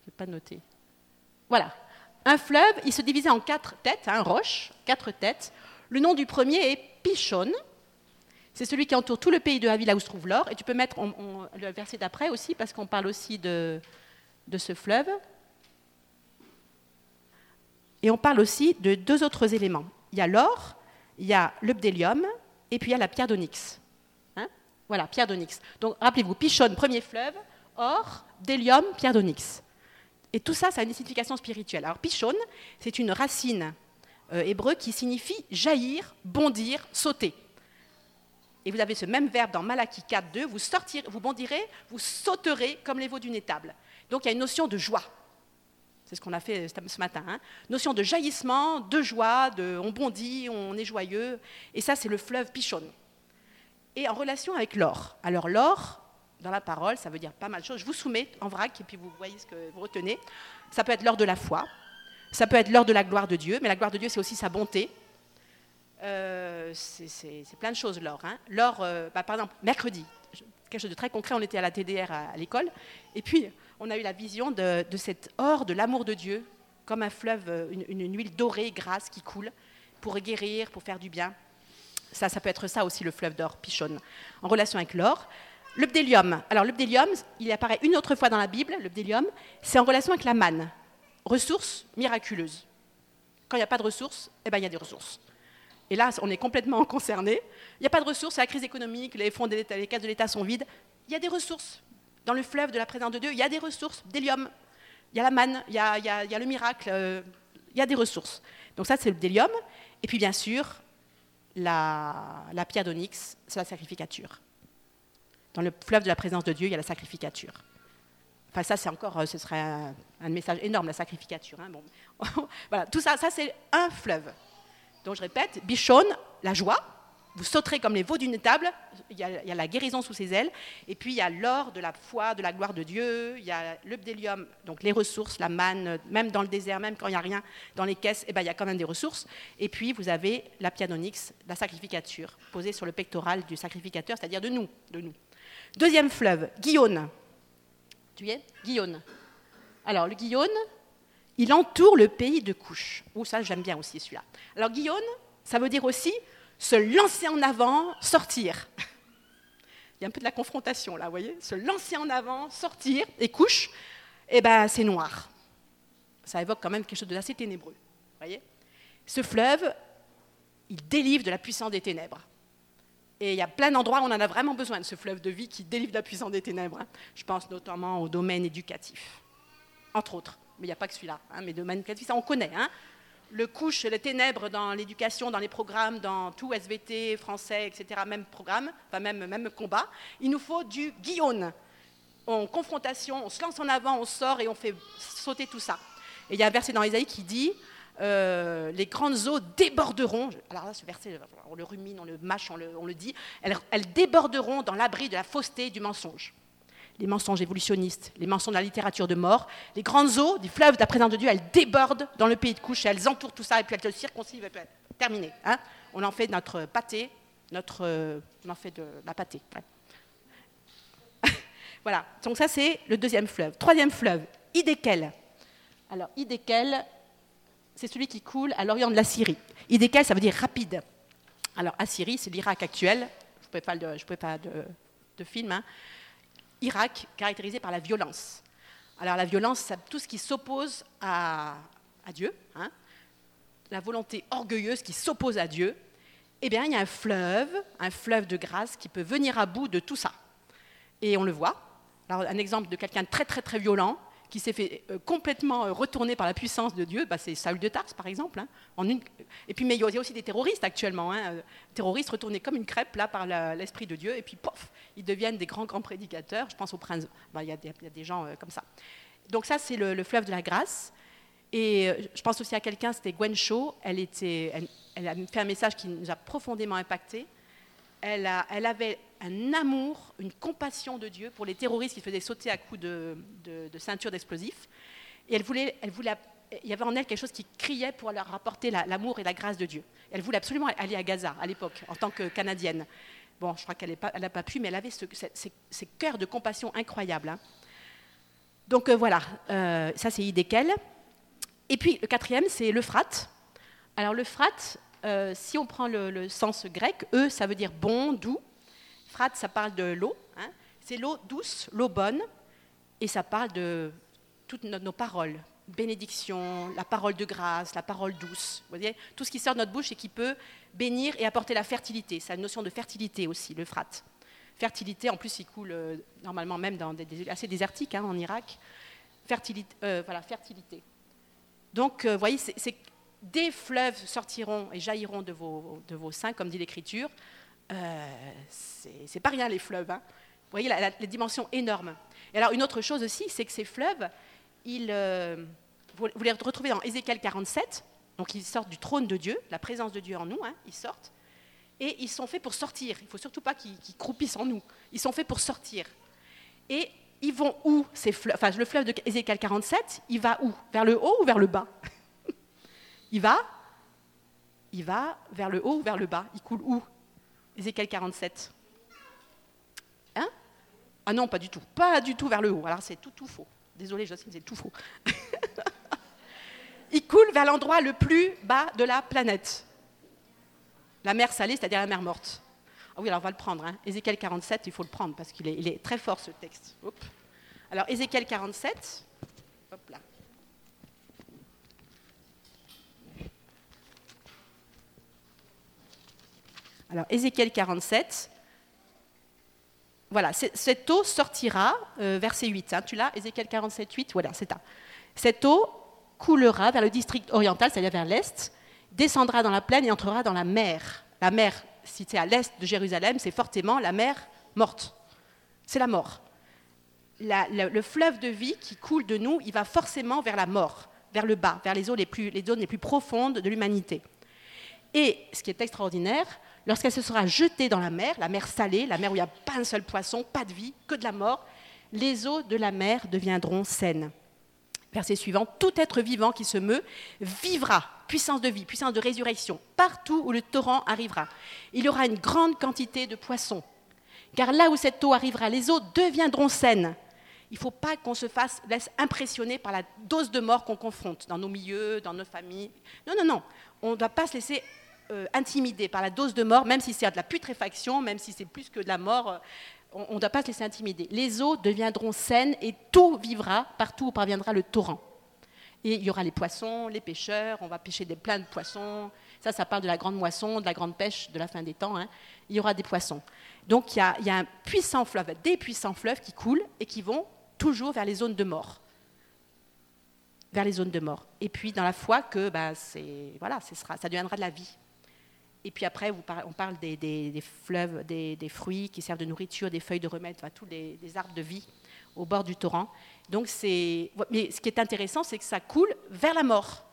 Je n'ai pas noté. Voilà. Un fleuve, il se divisait en quatre têtes, hein, roches, quatre têtes. Le nom du premier est Pishon. C'est celui qui entoure tout le pays de Havila où se trouve l'or. Et tu peux mettre on, on, le verset d'après aussi, parce qu'on parle aussi de, de ce fleuve. Et on parle aussi de deux autres éléments. Il y a l'or, il y a le bdélium, et puis il y a la pierre d'onyx. Hein? Voilà, pierre d'onyx. Donc rappelez-vous, Pishon, premier fleuve, or, bdélium, pierre d'onyx. Et tout ça, ça a une signification spirituelle. Alors Pishon, c'est une racine euh, hébreu qui signifie jaillir, bondir, sauter. Et vous avez ce même verbe dans Malachie quatre deux, vous, sortirez, vous bondirez, vous sauterez comme les veaux d'une étable. Donc il y a une notion de joie. C'est ce qu'on a fait ce matin. Hein. Notion de jaillissement, de joie, de, on bondit, on est joyeux. Et ça, c'est le fleuve Pishon. Et en relation avec l'or. Alors l'or, dans la parole, ça veut dire pas mal de choses. Je vous soumets en vrac et puis vous voyez ce que vous retenez. Ça peut être l'or de la foi, ça peut être l'or de la gloire de Dieu, mais la gloire de Dieu, c'est aussi sa bonté. Euh, c'est, c'est, c'est plein de choses, l'or. Hein. L'or, euh, bah, par exemple, mercredi, quelque chose de très concret, on était à la T D R à, à l'école, et puis on a eu la vision de, de cet or, de l'amour de Dieu, comme un fleuve, une, une, une huile dorée, grasse, qui coule, pour guérir, pour faire du bien. Ça, ça peut être ça aussi, le fleuve d'or, Pishon, en relation avec l'or. Le bdélium, alors le bdélium, il apparaît une autre fois dans la Bible, le bdélium, c'est en relation avec la manne, ressources miraculeuses. Quand il n'y a pas de ressources, eh ben, il y a des ressources. Et là, on est complètement concerné. Il n'y a pas de ressources, c'est la crise économique, les fonds de l'État, les caisses de l'État sont vides. Il y a des ressources. Dans le fleuve de la présence de Dieu, il y a des ressources, bdélium. Il y a la manne, il y a, il y a, il y a le miracle, euh, il y a des ressources. Donc ça, c'est le bdélium. Et puis, bien sûr, la, la pierre d'onyx, c'est la sacrificature. Dans le fleuve de la présence de Dieu, il y a la sacrificature. Enfin, ça, c'est encore, ce serait un, un message énorme, la sacrificature. Hein. Bon. Voilà, tout ça, ça, c'est un fleuve. Donc, je répète, Pishon, la joie, vous sauterez comme les veaux d'une étable, il y, a, il y a la guérison sous ses ailes, et puis il y a l'or de la foi, de la gloire de Dieu, il y a le bdélium, donc les ressources, la manne, même dans le désert, même quand il n'y a rien dans les caisses, eh ben, il y a quand même des ressources, et puis vous avez la pierre d'onyx, la sacrificature, posée sur le pectoral du sacrificateur, c'est-à-dire de nous, de nous. Deuxième fleuve, Gihon. Tu y es ? Gihon. Alors, le Gihon, il entoure le pays de Couche. Ouh, ça, j'aime bien aussi celui-là. Alors, Gihon, ça veut dire aussi se lancer en avant, sortir. Il y a un peu de la confrontation, là, vous voyez ? Se lancer en avant, sortir, et Couche, eh ben, c'est noir. Ça évoque quand même quelque chose d'assez ténébreux. Vous voyez ? Ce fleuve, il délivre de la puissance des ténèbres. Et il y a plein d'endroits où on en a vraiment besoin de ce fleuve de vie qui délivre de la puissance des ténèbres. Hein. Je pense notamment au domaine éducatif, entre autres. Mais il n'y a pas que celui-là. Hein, mais domaine éducatif, ça on connaît. Hein. Le couche, les ténèbres dans l'éducation, dans les programmes, dans tout S V T, français, et cetera. Même programme, enfin même, même combat. Il nous faut du Gihon. En confrontation, on se lance en avant, on sort et on fait sauter tout ça. Et il y a un verset dans Ésaïe qui dit... Euh, les grandes eaux déborderont, alors là ce verset, on le rumine, on le mâche, on le, on le dit, elles, elles déborderont dans l'abri de la fausseté et du mensonge. Les mensonges évolutionnistes, les mensonges de la littérature de mort, les grandes eaux du fleuve de la présence de Dieu, elles débordent dans le pays de Couche, elles entourent tout ça et puis elles le circoncivent, et puis terminé. Hein, on en fait notre pâté, notre, euh, on en fait de la pâté. Ouais. Voilà, donc ça c'est le deuxième fleuve. Troisième fleuve, Hiddekel. Alors Hiddekel, c'est celui qui coule à l'orient de la Syrie. Hiddekel, ça veut dire rapide. Alors, Assyrie, c'est l'Irak actuel. Je ne pouvais pas de, je pouvais pas de, de film. Hein. Irak, caractérisé par la violence. Alors, la violence, c'est tout ce qui s'oppose à, à Dieu. Hein. La volonté orgueilleuse qui s'oppose à Dieu. Eh bien, il y a un fleuve, un fleuve de grâce qui peut venir à bout de tout ça. Et on le voit. Alors, un exemple de quelqu'un de très, très, très violent, qui s'est fait euh, complètement euh, retourner par la puissance de Dieu, bah, c'est Saül de Tarse, par exemple. Hein, en une... Et puis, mais il y a aussi des terroristes actuellement, hein, euh, terroristes retournés comme une crêpe là, par la, l'Esprit de Dieu, et puis, pof, ils deviennent des grands, grands prédicateurs. Je pense au prince, bah, il y a des, il y a des gens euh, comme ça. Donc ça, c'est le, le fleuve de la grâce. Et euh, je pense aussi à quelqu'un, c'était Gwen Shaw, elle, était, elle, elle a fait un message qui nous a profondément impactés. Elle, a, elle avait un amour, une compassion de Dieu pour les terroristes qui faisaient sauter à coups de, de, de ceinture d'explosifs. Et elle voulait, elle voulait, il y avait en elle quelque chose qui criait pour leur apporter la, l'amour et la grâce de Dieu. Elle voulait absolument aller à Gaza, à l'époque, en tant que Canadienne. Bon, je crois qu'elle n'a pas, pas pu, mais elle avait ce, ces, ces cœurs de compassion incroyables. Hein. Donc euh, voilà, euh, ça c'est Hiddekel. Et puis le quatrième, c'est l'Euphrate. Alors l'Euphrate, euh, si on prend le, le sens grec, E, ça veut dire bon, doux. Phrate, ça parle de l'eau. Hein. C'est l'eau douce, l'eau bonne. Et ça parle de toutes nos, nos paroles. Bénédiction, la parole de grâce, la parole douce. Vous voyez, tout ce qui sort de notre bouche et qui peut bénir et apporter la fertilité. C'est une notion de fertilité aussi, l'Euphrate. Fertilité, en plus, il coule euh, normalement même dans des, des assez désertiques, hein, en Irak. Fertilité, euh, voilà, fertilité. Donc, euh, vous voyez, c'est, c'est, des fleuves sortiront et jailliront de vos, de vos seins, comme dit l'Écriture. Euh, c'est, c'est pas rien, les fleuves. Hein. Vous voyez la, la, les dimensions énormes. Et alors, une autre chose aussi, c'est que ces fleuves, ils, euh, vous, vous les retrouvez dans Ézéchiel quarante-sept. Donc, ils sortent du trône de Dieu, la présence de Dieu en nous, hein, ils sortent. Et ils sont faits pour sortir. Il ne faut surtout pas qu'ils, qu'ils croupissent en nous. Ils sont faits pour sortir. Et ils vont où ces fleuves, enfin, le fleuve de Ézéchiel quarante-sept, il va où? Vers le haut ou vers le bas? Il va Il va vers le haut ou vers le bas? Il coule où? Ézéchiel quarante-sept. Hein? Ah non, pas du tout. Pas du tout vers le haut. Alors c'est tout, tout faux. Désolée, Jocelyne, c'est tout faux. Il coule vers l'endroit le plus bas de la planète. La mer salée, c'est-à-dire la mer morte. Ah oui, alors on va le prendre. Hein. Ézéchiel quarante-sept, il faut le prendre parce qu'il est, il est très fort ce texte. Hop. Alors Ézéchiel quarante-sept. Hop là. Alors Ézéchiel quarante-sept. Voilà, cette eau sortira, euh, verset huit. Hein, tu l'as, Ézéchiel quarante-sept, huit. Voilà, c'est ça. Cette eau coulera vers le district oriental, c'est-à-dire vers l'est, descendra dans la plaine et entrera dans la mer. La mer, si c'est à l'est de Jérusalem, c'est forcément la mer morte. C'est la mort. La, la, le fleuve de vie qui coule de nous, il va forcément vers la mort, vers le bas, vers les zones les plus, les zones les plus profondes de l'humanité. Et ce qui est extraordinaire, lorsqu'elle se sera jetée dans la mer, la mer salée, la mer où il n'y a pas un seul poisson, pas de vie, que de la mort, les eaux de la mer deviendront saines. Verset suivant, tout être vivant qui se meut vivra, puissance de vie, puissance de résurrection, partout où le torrent arrivera. Il y aura une grande quantité de poissons, car là où cette eau arrivera, les eaux deviendront saines. Il ne faut pas qu'on se fasse, laisse impressionner par la dose de mort qu'on confronte dans nos milieux, dans nos familles. Non, non, non, on ne doit pas se laisser euh, intimider par la dose de mort, même si c'est de la putréfaction, même si c'est plus que de la mort. Euh, on ne doit pas se laisser intimider. Les eaux deviendront saines et tout vivra partout où parviendra le torrent. Et il y aura les poissons, les pêcheurs, on va pêcher des, plein de poissons. Ça, ça parle de la grande moisson, de la grande pêche de la fin des temps. Hein. Il y aura des poissons. Donc il y a, il y a un puissant fleuve, des puissants fleuves qui coulent et qui vont toujours vers les zones de mort. Vers les zones de mort. Et puis dans la foi que ben, c'est, voilà, ce sera, ça deviendra de la vie. Et puis après, vous parlez, on parle des, des, des fleuves, des, des fruits qui servent de nourriture, des feuilles de remède, enfin, tous les, les arbres de vie au bord du torrent. Donc c'est, mais ce qui est intéressant, c'est que ça coule vers la mort.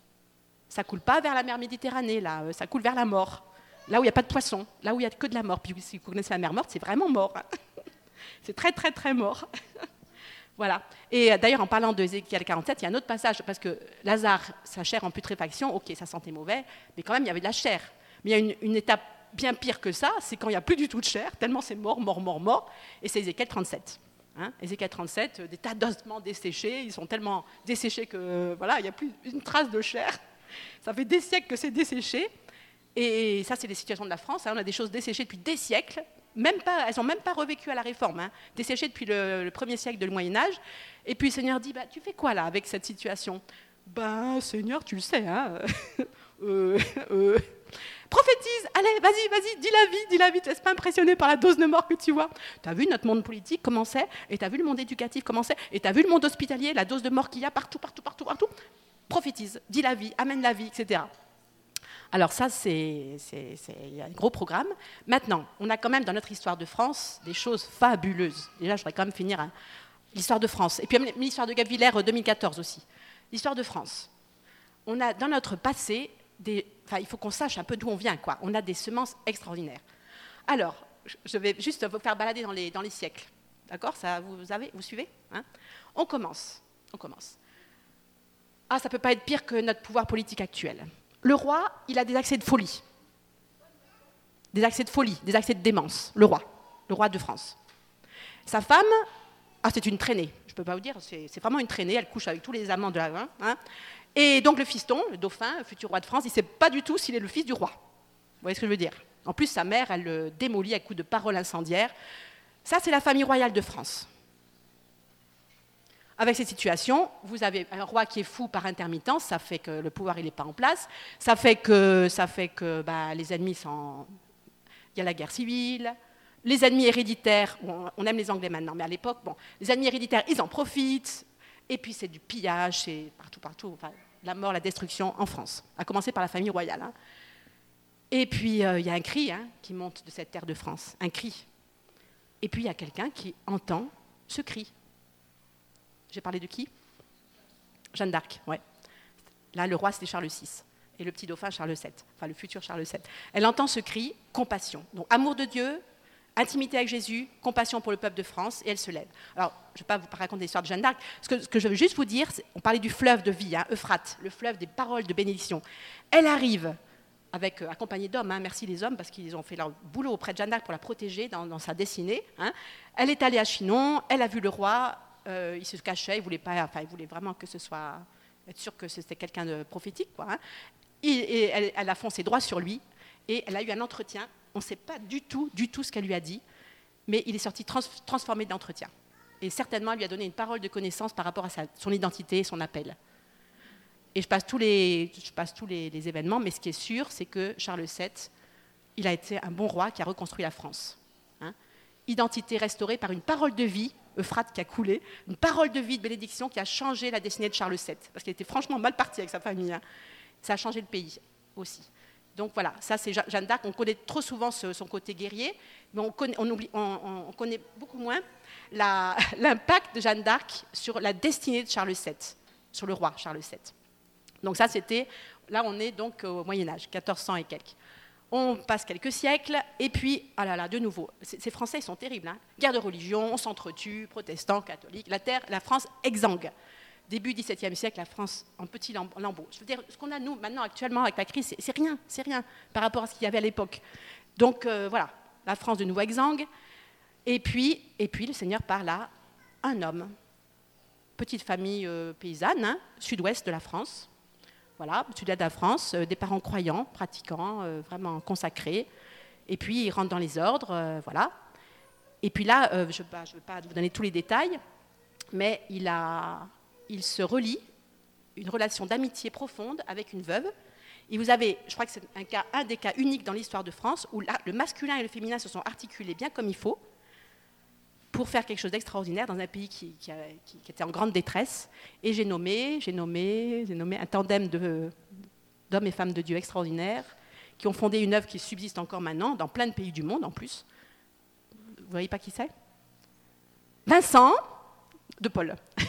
Ça ne coule pas vers la mer Méditerranée, là. Ça coule vers la mort. Là où il n'y a pas de poissons, là où il n'y a que de la mort. Puis si vous connaissez la mer morte, c'est vraiment mort. Hein. C'est très, très, très mort. Voilà. Et d'ailleurs, en parlant de Ézéchiel quarante-sept, il y a un autre passage, parce que Lazare, sa chair en putréfaction, ok, ça sentait mauvais, mais quand même, il y avait de la chair. Mais il y a une, une étape bien pire que ça, c'est quand il n'y a plus du tout de chair, tellement c'est mort, mort, mort, mort, et c'est Ézéchiel trente-sept. Hein, Ézéchiel trente-sept, des tas d'ossements desséchés, ils sont tellement desséchés que voilà, il n'y a plus une trace de chair. Ça fait des siècles que c'est desséché. Et ça, c'est les situations de la France. Hein, on a des choses desséchées depuis des siècles. Même pas, elles n'ont même pas revécu à la Réforme. Hein, desséchées depuis le, le premier siècle de le Moyen-Âge. Et puis le Seigneur dit, bah, tu fais quoi là avec cette situation? Ben, Seigneur, tu le sais. Hein, euh, euh, prophétise, allez, vas-y, vas-y, dis la vie, dis la vie, tu ne laisses pas impressionner par la dose de mort que tu vois. Tu as vu notre monde politique comment c'est, et tu as vu le monde éducatif comment c'est, et tu as vu le monde hospitalier, la dose de mort qu'il y a partout, partout, partout, partout. Prophétise, dis la vie, amène la vie, et cetera. Alors ça, c'est, c'est, c'est, il y a un gros programme. Maintenant, on a quand même dans notre histoire de France des choses fabuleuses. Déjà, je voudrais quand même finir hein, l'histoire de France. Et puis l'histoire de Gap-Villers deux mille quatorze aussi. L'histoire de France. On a dans notre passé, des, enfin, il faut qu'on sache un peu d'où on vient, quoi. On a des semences extraordinaires. Alors, je vais juste vous faire balader dans les, dans les siècles. D'accord? Ça, vous, avez, vous suivez hein? On commence. On commence. Ah, ça ne peut pas être pire que notre pouvoir politique actuel. Le roi, il a des accès de folie. Des accès de folie, des accès de démence. Le roi, le roi de France. Sa femme Ah, c'est une traînée, je ne peux pas vous dire, c'est, c'est vraiment une traînée, elle couche avec tous les amants de la... Hein, hein. Et donc le fiston, le dauphin, le futur roi de France, il ne sait pas du tout s'il est le fils du roi. Vous voyez ce que je veux dire? En plus, sa mère, elle le démolit à coups de paroles incendiaires. Ça, c'est la famille royale de France. Avec cette situation, vous avez un roi qui est fou par intermittence, ça fait que le pouvoir n'est pas en place, ça fait que, ça fait que bah, les ennemis sont... Il y a la guerre civile, les ennemis héréditaires, bon, on aime les Anglais maintenant, mais à l'époque, bon, les ennemis héréditaires, ils en profitent, et puis c'est du pillage, c'est partout, partout, enfin, la mort, la destruction en France, à commencer par la famille royale. Hein. Et puis, euh, il y a un cri hein, qui monte de cette terre de France, un cri. Et puis, il y a quelqu'un qui entend ce cri. J'ai parlé de qui? Jeanne d'Arc, ouais. Là, le roi, c'était Charles six. Et le petit dauphin, Charles sept. Enfin, le futur Charles sept. Elle entend ce cri, compassion. Donc, amour de Dieu, intimité avec Jésus, compassion pour le peuple de France, et elle se lève. Alors, je ne vais pas vous raconter l'histoire de Jeanne d'Arc. Ce que, ce que je veux juste vous dire, on parlait du fleuve de vie, hein, Euphrate, le fleuve des paroles de bénédiction. Elle arrive, avec, euh, accompagnée d'hommes, hein, merci les hommes, parce qu'ils ont fait leur boulot auprès de Jeanne d'Arc pour la protéger dans, dans sa destinée. Hein. Elle est allée à Chinon, elle a vu le roi. Euh, il se cachait, il voulait pas, enfin, il voulait vraiment que ce soit, être sûr que c'était quelqu'un de prophétique, quoi. Hein. Il, et elle, elle a foncé droit sur lui, et elle a eu un entretien. On ne sait pas du tout, du tout ce qu'elle lui a dit, mais il est sorti trans, transformé d'entretien. Et certainement, elle lui a donné une parole de connaissance par rapport à sa, son identité et son appel. Et je passe tous les, je passe tous les, les événements, mais ce qui est sûr, c'est que Charles sept, il a été un bon roi qui a reconstruit la France. Hein. Identité restaurée par une parole de vie. Euphrate qui a coulé, une parole de vie de bénédiction qui a changé la destinée de Charles sept, parce qu'il était franchement mal parti avec sa famille. Hein. Ça a changé le pays aussi. Donc voilà, ça c'est Jeanne d'Arc. On connaît trop souvent ce, son côté guerrier, mais on connaît, on oublie, on, on connaît beaucoup moins la, l'impact de Jeanne d'Arc sur la destinée de Charles sept, sur le roi Charles sept. Donc ça c'était, là on est donc au Moyen-Âge, quatorze cents et quelques. On passe quelques siècles, et puis, ah là là, de nouveau, ces Français, ils sont terribles. Hein. Guerre de religion, on s'entretue, protestants, catholiques, la, terre, la France exsangue. Début dix-septième siècle, la France en petits lambeaux. Je veux dire, ce qu'on a, nous, maintenant, actuellement, avec la crise, c'est, c'est rien, c'est rien par rapport à ce qu'il y avait à l'époque. Donc, euh, voilà, la France de nouveau exsangue, et puis, et puis le Seigneur parle à un homme, petite famille euh, paysanne, hein, sud-ouest de la France. Voilà, sud-est de la France, euh, des parents croyants, pratiquants, euh, vraiment consacrés. Et puis, ils rentrent dans les ordres, euh, voilà. Et puis là, euh, je ne vais, vais pas vous donner tous les détails, mais il, a, il se relie, une relation d'amitié profonde avec une veuve. Et vous avez, je crois que c'est un, cas, un des cas uniques dans l'histoire de France, où là, le masculin et le féminin se sont articulés bien comme il faut, pour faire quelque chose d'extraordinaire dans un pays qui, qui, a, qui, qui était en grande détresse. Et j'ai nommé, j'ai nommé, j'ai nommé un tandem de, d'hommes et femmes de Dieu extraordinaires qui ont fondé une œuvre qui subsiste encore maintenant dans plein de pays du monde en plus. Vous ne voyez pas qui c'est? Vincent de Paul.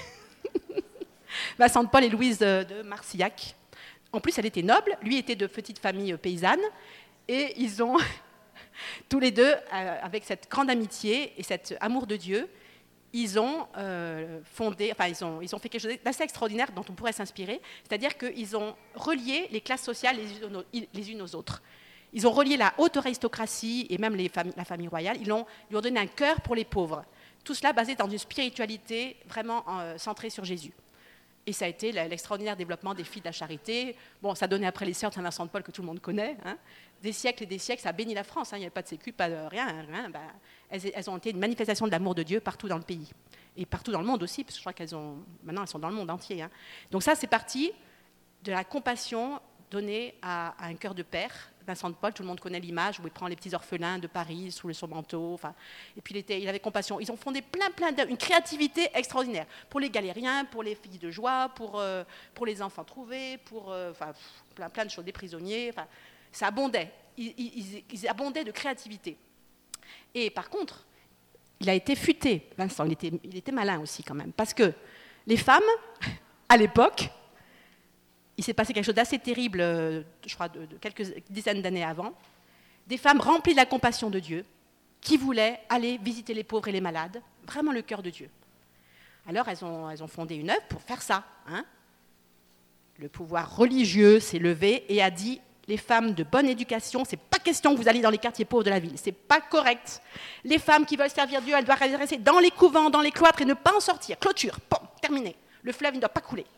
Vincent de Paul et Louise de, de Marcillac. En plus, elle était noble, lui était de petite famille paysanne, et ils ont... Tous les deux, euh, avec cette grande amitié et cet amour de Dieu, ils ont euh, fondé, enfin ils ont, ils ont fait quelque chose d'assez extraordinaire dont on pourrait s'inspirer, c'est-à-dire qu'ils ont relié les classes sociales les unes aux, les unes aux autres. Ils ont relié la haute aristocratie et même les familles, la famille royale, ils ont, lui ont donné un cœur pour les pauvres. Tout cela basé dans une spiritualité vraiment euh, centrée sur Jésus. Et ça a été l'extraordinaire développement des filles de la charité. Bon, ça donnait après les sœurs de Saint-Vincent de Paul que tout le monde connaît. Hein. Des siècles et des siècles, ça a béni la France. Hein. Il n'y avait pas de sécu, pas de rien. rien. Ben, elles, elles ont été une manifestation de l'amour de Dieu partout dans le pays. Et partout dans le monde aussi, parce que je crois qu'elles ont... Maintenant, elles sont dans le monde entier. Hein. Donc ça, c'est parti de la compassion donnée à, à un cœur de père. Vincent de Paul, tout le monde connaît l'image où il prend les petits orphelins de Paris sous son manteau. Enfin, et puis il, était, il avait compassion. Ils ont fondé plein, plein d'œuvres, une créativité extraordinaire pour les galériens, pour les filles de joie, pour, euh, pour les enfants trouvés, pour euh, enfin, plein, plein de choses, des prisonniers. Enfin, ça abondait. Ils, ils, ils abondaient de créativité. Et par contre, il a été futé, Vincent. Il était, il était malin aussi quand même, parce que les femmes, à l'époque, il s'est passé quelque chose d'assez terrible, je crois, de, de quelques dizaines d'années avant. Des femmes remplies de la compassion de Dieu, qui voulaient aller visiter les pauvres et les malades, vraiment le cœur de Dieu. Alors, elles ont, elles ont fondé une œuvre pour faire ça. Hein. Le pouvoir religieux s'est levé et a dit, Les femmes de bonne éducation, c'est pas question que vous allez dans les quartiers pauvres de la ville, c'est pas correct. Les femmes qui veulent servir Dieu, elles doivent rester dans les couvents, dans les cloîtres et ne pas en sortir. Clôture, pom, terminé. Le fleuve ne doit pas couler.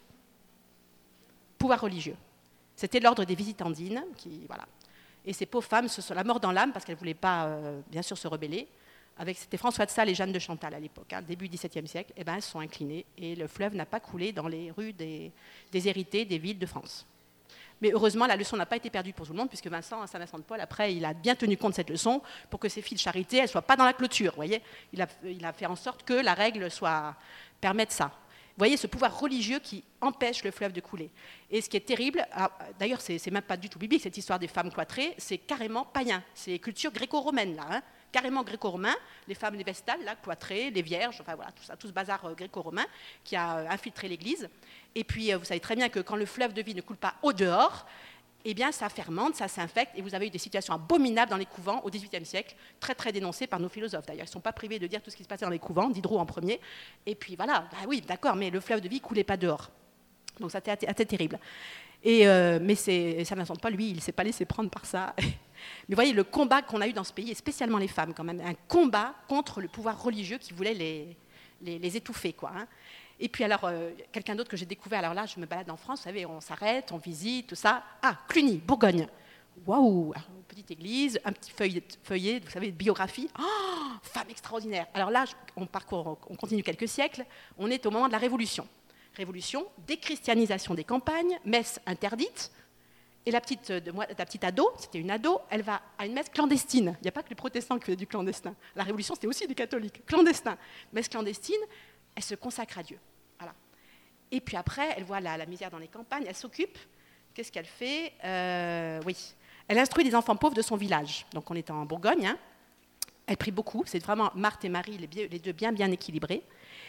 Pouvoir religieux. C'était l'ordre des visitandines, qui, voilà. Et ces pauvres femmes se sont la mort dans l'âme parce qu'elles ne voulaient pas, euh, bien sûr, se rebeller. Avec, c'était François de Sales et Jeanne de Chantal à l'époque, hein, début dix-septième siècle. Et ben, elles se sont inclinées et le fleuve n'a pas coulé dans les rues des, des hérités des villes de France. Mais heureusement, la leçon n'a pas été perdue pour tout le monde, puisque Vincent, à Saint-Vincent de Paul, après, il a bien tenu compte de cette leçon pour que ces filles de charité, elles ne soient pas dans la clôture. Vous voyez, il a, il a fait en sorte que la règle soit, permette ça. Vous voyez, ce pouvoir religieux qui empêche le fleuve de couler. Et ce qui est terrible, alors, d'ailleurs, c'est, c'est même pas du tout biblique, cette histoire des femmes cloîtrées, c'est carrément païen. C'est culture gréco-romaine, là, hein, carrément gréco-romain. Les femmes, les vestales, là, cloîtrées, les vierges, enfin voilà, tout ça, tout ce bazar euh, gréco-romain qui a euh, infiltré l'Église. Et puis, euh, vous savez très bien que quand le fleuve de vie ne coule pas au dehors, eh bien, ça fermente, ça s'infecte, et vous avez eu des situations abominables dans les couvents au dix-huitième siècle, très très dénoncées par nos philosophes. D'ailleurs, ils ne sont pas privés de dire tout ce qui se passait dans les couvents, Diderot en premier. Et puis voilà, bah oui, d'accord, mais le fleuve de vie ne coulait pas dehors. Donc ça a été assez terrible. Et, euh, mais c'est, ça ne m'inquiète pas, lui, il ne s'est pas laissé prendre par ça. Mais vous voyez, le combat qu'on a eu dans ce pays, et spécialement les femmes quand même, un combat contre le pouvoir religieux qui voulait les, les, les étouffer, quoi, hein. Et puis alors, euh, quelqu'un d'autre que j'ai découvert, alors là, je me balade en France, vous savez, on s'arrête, on visite, tout ça. Ah, Cluny, Bourgogne. Waouh, une petite église, un petit feuillet, feuillet, vous savez, de biographie. Oh, femme extraordinaire. Alors là, on parcourt, on continue quelques siècles, on est au moment de la Révolution. Révolution, déchristianisation des campagnes, messe interdite. Et la petite, de moi, la petite ado, c'était une ado, elle va à une messe clandestine. Il n'y a pas que les protestants qui faisaient du clandestin. La Révolution, c'était aussi des catholiques. Clandestin. Messe clandestine, elle se consacre à Dieu. Voilà. Et puis après, elle voit la, la misère dans les campagnes, elle s'occupe. Qu'est-ce qu'elle fait euh, Oui, elle instruit les enfants pauvres de son village. Donc on est en Bourgogne. Hein. Elle prie beaucoup. C'est vraiment Marthe et Marie, les, les deux bien, bien équilibrés.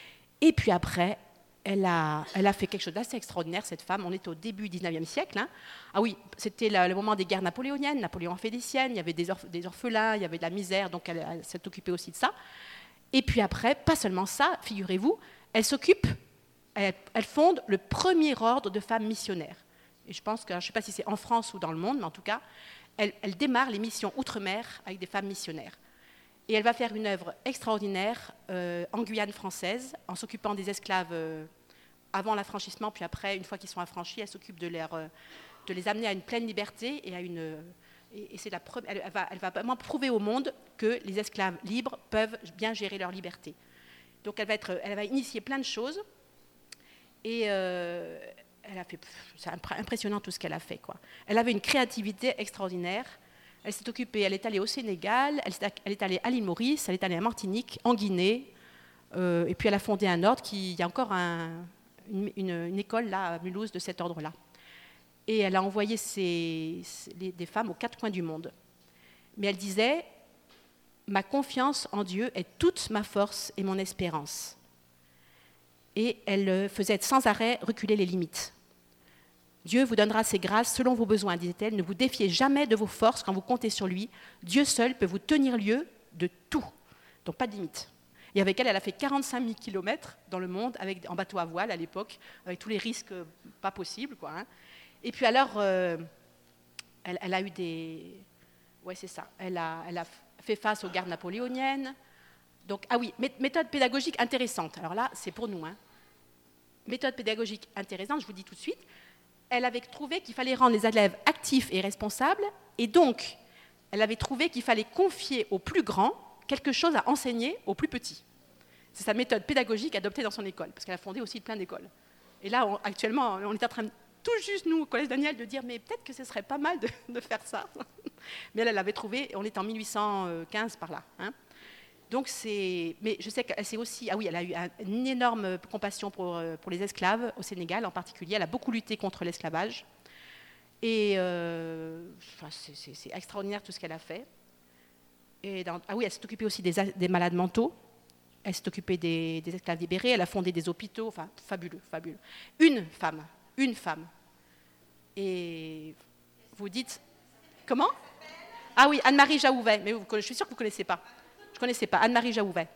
Et puis après, elle a, elle a fait quelque chose d'assez extraordinaire, cette femme. On est au début du dix-neuvième siècle. Hein. Ah oui, c'était le, le moment des guerres napoléoniennes. Napoléon a fait des siennes. Il y avait des, orph- des orphelins, il y avait de la misère. Donc elle, elle s'est occupée aussi de ça. Et puis après, pas seulement ça, figurez-vous, elle s'occupe, elle, elle fonde le premier ordre de femmes missionnaires. Et je pense que, je ne sais pas si c'est en France ou dans le monde, mais en tout cas, elle, elle démarre les missions outre-mer avec des femmes missionnaires. Et elle va faire une œuvre extraordinaire euh, en Guyane française, en s'occupant des esclaves euh, avant l'affranchissement, puis après, une fois qu'ils sont affranchis, elle s'occupe de, leur, euh, de les amener à une pleine liberté et à une... Et c'est la première, elle, va, elle va vraiment prouver au monde que les esclaves libres peuvent bien gérer leur liberté. Donc elle va, être, elle va initier plein de choses. Et euh, elle a fait, c'est impressionnant tout ce qu'elle a fait, quoi. Elle avait une créativité extraordinaire. Elle s'est occupée, elle est allée au Sénégal, elle, elle est allée à l'île Maurice, elle est allée à Martinique, en Guinée. Euh, et puis elle a fondé un ordre qui, il y a encore un, une, une, une école là à Mulhouse de cet ordre-là. Et elle a envoyé ses, les, des femmes aux quatre coins du monde. Mais elle disait, ma confiance en Dieu est toute ma force et mon espérance. Et elle faisait sans arrêt reculer les limites. Dieu vous donnera ses grâces selon vos besoins, disait-elle. Ne vous défiez jamais de vos forces quand vous comptez sur lui. Dieu seul peut vous tenir lieu de tout. Donc pas de limite. Et avec elle, elle a fait quarante-cinq mille kilomètres dans le monde, avec, en bateau à voile à l'époque, avec tous les risques pas possibles, quoi, hein. Et puis alors, euh, elle, elle a eu des... Ouais, c'est ça. Elle a, elle a fait face aux guerres napoléoniennes. Donc, ah oui, méthode pédagogique intéressante. Alors là, c'est pour nous, hein. Méthode pédagogique intéressante, je vous dis tout de suite. Elle avait trouvé qu'il fallait rendre les élèves actifs et responsables, et donc, elle avait trouvé qu'il fallait confier aux plus grands quelque chose à enseigner aux plus petits. C'est sa méthode pédagogique adoptée dans son école, parce qu'elle a fondé aussi plein d'écoles. Et là, on, actuellement, on est en train de tout juste, nous, au Collège Daniel, de dire, mais peut-être que ce serait pas mal de, de faire ça. Mais elle, elle l'avait trouvé, on est en mille huit cent quinze par là. Hein. Donc c'est... Mais je sais qu'elle s'est aussi... Ah oui, elle a eu un, une énorme compassion pour, pour les esclaves, au Sénégal en particulier. Elle a beaucoup lutté contre l'esclavage. Et euh, enfin, c'est, c'est, c'est extraordinaire tout ce qu'elle a fait. Et dans, ah oui, elle s'est occupée aussi des, des malades mentaux. Elle s'est occupée des, des esclaves libérés. Elle a fondé des hôpitaux. Enfin, fabuleux, fabuleux. Une femme. Une femme. Et vous dites... Comment ? Ah oui, Anne-Marie Jaouvet. Mais vous, je suis sûre que vous ne connaissez pas. Je ne connaissais pas. Anne-Marie Jaouvet.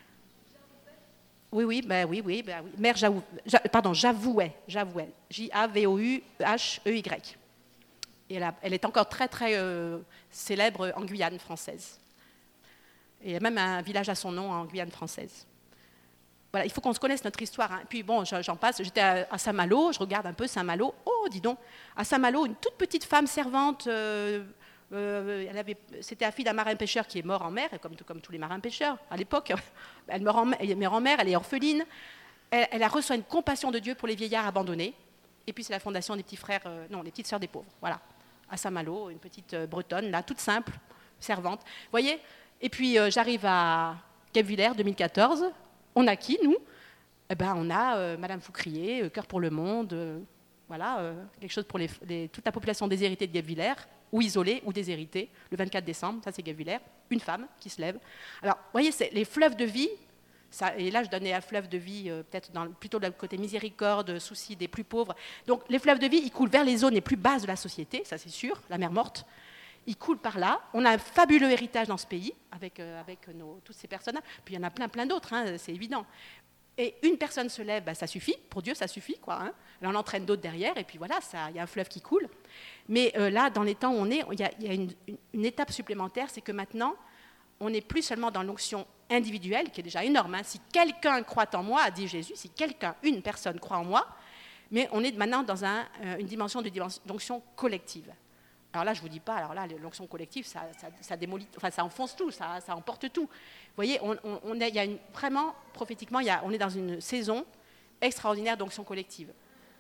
Oui, oui, ben oui, oui, ben oui. Mère Jaouvet. Ja, pardon, Javouet. Javouet. J A V O U H E Y. Et elle, a, elle est encore très, très euh, célèbre en Guyane française. Et il y a même un village à son nom en Guyane française. Voilà, il faut qu'on se connaisse notre histoire. Hein. Puis bon, j'en passe, j'étais à, à Saint-Malo, je regarde un peu Saint-Malo. Oh, dis donc, à Saint-Malo, une toute petite femme servante, euh, euh, elle avait, c'était la fille d'un marin-pêcheur qui est mort en mer, comme, comme tous les marins-pêcheurs à l'époque. Elle meurt en, elle meurt en mer, elle est orpheline. Elle, elle a reçu une compassion de Dieu pour les vieillards abandonnés. Et puis c'est la fondation des petits frères, euh, non, les petites sœurs des pauvres. Voilà, à Saint-Malo, une petite euh, bretonne, là, toute simple, servante. Vous voyez. Et puis euh, j'arrive à Guebwiller, deux mille quatorze. On a qui, nous? Eh ben, on a euh, Madame Foucrier, euh, Cœur pour le Monde, euh, voilà, euh, quelque chose pour les, les, toute la population déshéritée de Guebwiller, ou isolée, ou déshéritée, le vingt-quatre décembre, ça c'est Guebwiller, une femme qui se lève. Alors, vous voyez, c'est les fleuves de vie, ça, et là je donnais un fleuve de vie euh, peut-être dans, plutôt du côté miséricorde, souci des plus pauvres. Donc les fleuves de vie, ils coulent vers les zones les plus basses de la société, ça c'est sûr, la mer morte. Ils coulent par là. On a un fabuleux héritage dans ce pays, avec, euh, avec nos, toutes ces personnes-là. Puis il y en a plein, plein d'autres, hein, c'est évident. Et une personne se lève, bah, ça suffit. Pour Dieu, ça suffit, quoi. Hein. Elle en entraîne d'autres derrière, et puis voilà, il y a un fleuve qui coule. Mais euh, là, dans les temps où on est, il y a, y a une, une, une étape supplémentaire, c'est que maintenant, on n'est plus seulement dans l'onction individuelle, qui est déjà énorme. Hein. Si quelqu'un croit en moi, a dit Jésus, si quelqu'un, une personne croit en moi, mais on est maintenant dans un, euh, une dimension de d'onction collective. Alors là, je ne vous dis pas, alors là, l'onction collective, ça, ça, ça démolit, enfin, ça enfonce tout, ça, ça emporte tout. Vous voyez, on, on, on est, il y a une, vraiment, prophétiquement, il y a, on est dans une saison extraordinaire d'onction collective.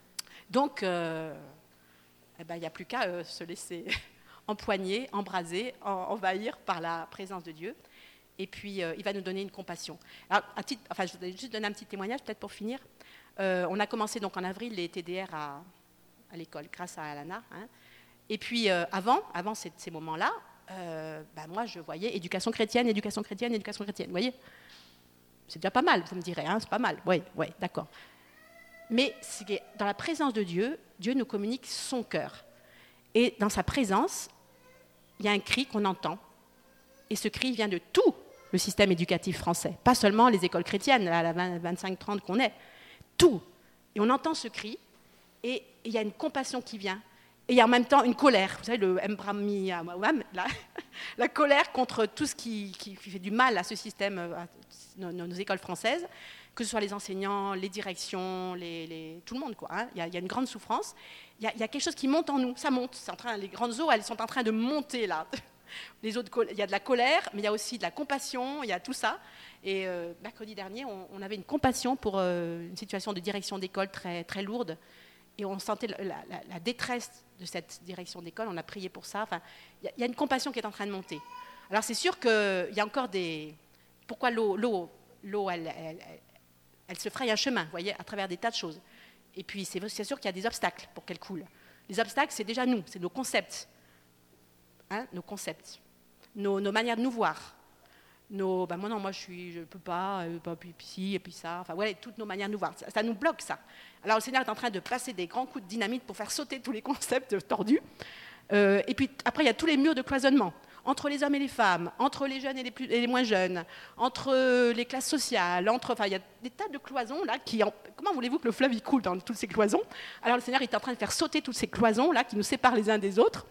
Donc, euh, eh ben, il n'y a plus qu'à euh, se laisser empoigner, embraser, en, envahir par la présence de Dieu. Et puis, euh, il va nous donner une compassion. Alors, à titre, enfin, je voudrais juste donner un petit témoignage, peut-être pour finir. Euh, on a commencé donc en avril les T D R à, à l'école, grâce à Alana, hein. Et puis euh, avant, avant ces, ces moments-là, euh, bah, moi je voyais éducation chrétienne, éducation chrétienne, éducation chrétienne. Vous voyez, c'est déjà pas mal, vous me direz, hein, c'est pas mal. Oui, oui, d'accord. Mais c'est dans la présence de Dieu, Dieu nous communique son cœur. Et dans sa présence, il y a un cri qu'on entend. Et ce cri vient de tout le système éducatif français, pas seulement les écoles chrétiennes, à la vingt-cinq trente qu'on est, tout. Et on entend ce cri, et il y a une compassion qui vient. Et il y a en même temps une colère, vous savez, le Mbrami, la, la colère contre tout ce qui, qui fait du mal à ce système, à nos, nos écoles françaises, que ce soit les enseignants, les directions, les, les, tout le monde, quoi. Hein. Il y a, il y a une grande souffrance. Il y a, il y a quelque chose qui monte en nous, ça monte. C'est en train, les grandes eaux, elles sont en train de monter là. Les eaux de, il y a de la colère, mais il y a aussi de la compassion, il y a tout ça. Et euh, mercredi dernier, on, on avait une compassion pour euh, une situation de direction d'école très, très lourde. Et on sentait la, la, la détresse de cette direction d'école, on a prié pour ça. Enfin, il y, y a une compassion qui est en train de monter. Alors c'est sûr qu'il y a encore des... Pourquoi l'eau, l'eau, l'eau elle, elle, elle, elle se fraye un chemin, vous voyez, à travers des tas de choses. Et puis c'est, c'est sûr qu'il y a des obstacles pour qu'elle coule. Les obstacles, c'est déjà nous, c'est nos concepts. Hein, nos concepts. Nos, nos manières de nous voir. Nos, ben moi non, moi je suis, je peux pas, euh, pas puis, puis ci et puis ça. Enfin voilà, toutes nos manières de nous voir. Ça, ça nous bloque ça. Alors le Seigneur est en train de passer des grands coups de dynamite pour faire sauter tous les concepts tordus. Euh, et puis après il y a tous les murs de cloisonnement entre les hommes et les femmes, entre les jeunes et les, plus, et les moins jeunes, entre les classes sociales, entre, enfin il y a des tas de cloisons là qui. En, comment voulez-vous que le fleuve il coule dans toutes ces cloisons? Alors le Seigneur est en train de faire sauter toutes ces cloisons là qui nous séparent les uns des autres.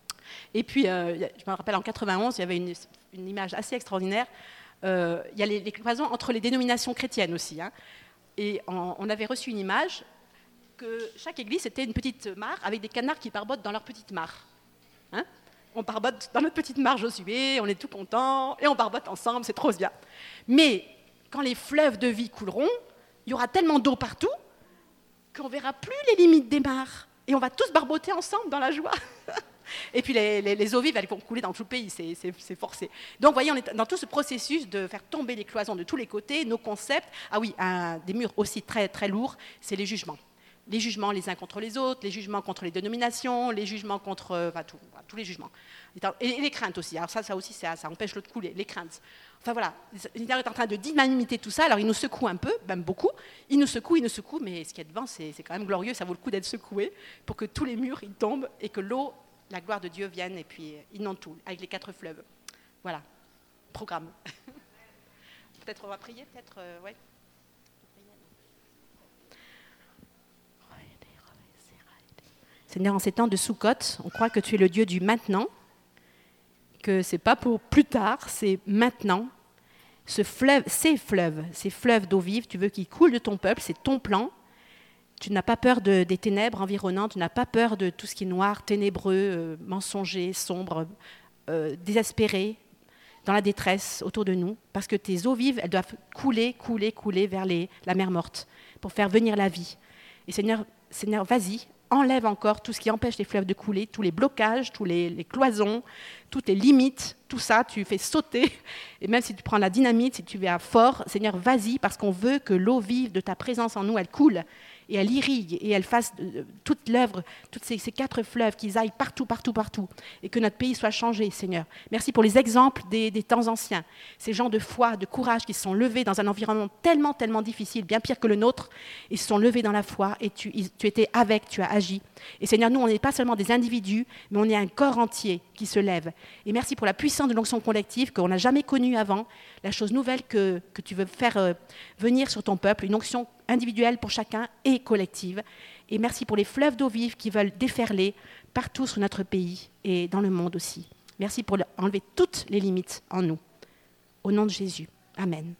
Et puis, euh, je me rappelle, en quatre-vingt-onze, il y avait une, une image assez extraordinaire. Euh, il y a les, les cloisons entre les dénominations chrétiennes aussi. Hein. Et on, on avait reçu une image que chaque église était une petite mare avec des canards qui barbotent dans leur petite mare. Hein. On barbote dans notre petite mare Josué, on est tout contents, et on barbote ensemble, c'est trop bien. Mais quand les fleuves de vie couleront, il y aura tellement d'eau partout qu'on ne verra plus les limites des mares. Et on va tous barboter ensemble dans la joie. Et puis les, les, les eaux vives, elles vont couler dans tout le pays, c'est, c'est, c'est forcé. Donc vous voyez, on est dans tout ce processus de faire tomber les cloisons de tous les côtés, nos concepts. Ah oui, un, des murs aussi très, très lourds, c'est les jugements. Les jugements les uns contre les autres, les jugements contre les dénominations, les jugements contre... Enfin, tout, voilà, tous les jugements. Et, et les craintes aussi. Alors ça, ça aussi, ça, ça empêche l'eau de couler, les craintes. Enfin voilà, il est en train de dynamiter tout ça, alors il nous secoue un peu, même beaucoup. Il nous secoue, il nous secoue, mais ce qu'il y a devant, c'est, c'est quand même glorieux, ça vaut le coup d'être secoué pour que tous les murs, ils tombent et que l'eau... la gloire de Dieu vienne et puis inonde tout, avec les quatre fleuves. Voilà, programme. Peut-être on va prier, peut-être, euh, ouais. Seigneur, en ces temps de Soukhot, on croit que tu es le Dieu du maintenant, que ce n'est pas pour plus tard, c'est maintenant. Ce fleuve, ces fleuves, ces fleuves d'eau vive, tu veux qu'ils coulent de ton peuple, c'est ton plan. Tu n'as pas peur de, des ténèbres environnantes, tu n'as pas peur de tout ce qui est noir, ténébreux, euh, mensonger, sombre, euh, désespéré, dans la détresse autour de nous, parce que tes eaux vives, elles doivent couler, couler, couler vers les, la mer morte, pour faire venir la vie. Et Seigneur, Seigneur, vas-y, enlève encore tout ce qui empêche les fleuves de couler, tous les blocages, tous les, les cloisons, toutes les limites, tout ça, tu fais sauter. Et même si tu prends la dynamite, si tu vas fort, Seigneur, vas-y, parce qu'on veut que l'eau vive de ta présence en nous, elle coule, et elle irrigue, et elle fasse euh, toute l'œuvre, toutes ces, ces quatre fleuves, qu'ils aillent partout, partout, partout, et que notre pays soit changé, Seigneur. Merci pour les exemples des, des temps anciens, ces gens de foi, de courage qui se sont levés dans un environnement tellement, tellement difficile, bien pire que le nôtre, ils se sont levés dans la foi, et tu, tu étais avec, tu as agi. Et Seigneur, nous, on n'est pas seulement des individus, mais on est un corps entier qui se lève. Et merci pour la puissance de l'onction collective qu'on n'a jamais connue avant, la chose nouvelle que, que tu veux faire euh, venir sur ton peuple, une onction individuelle pour chacun et collective. Et merci pour les fleuves d'eau vive qui veulent déferler partout sur notre pays et dans le monde aussi. Merci pour enlever toutes les limites en nous. Au nom de Jésus. Amen.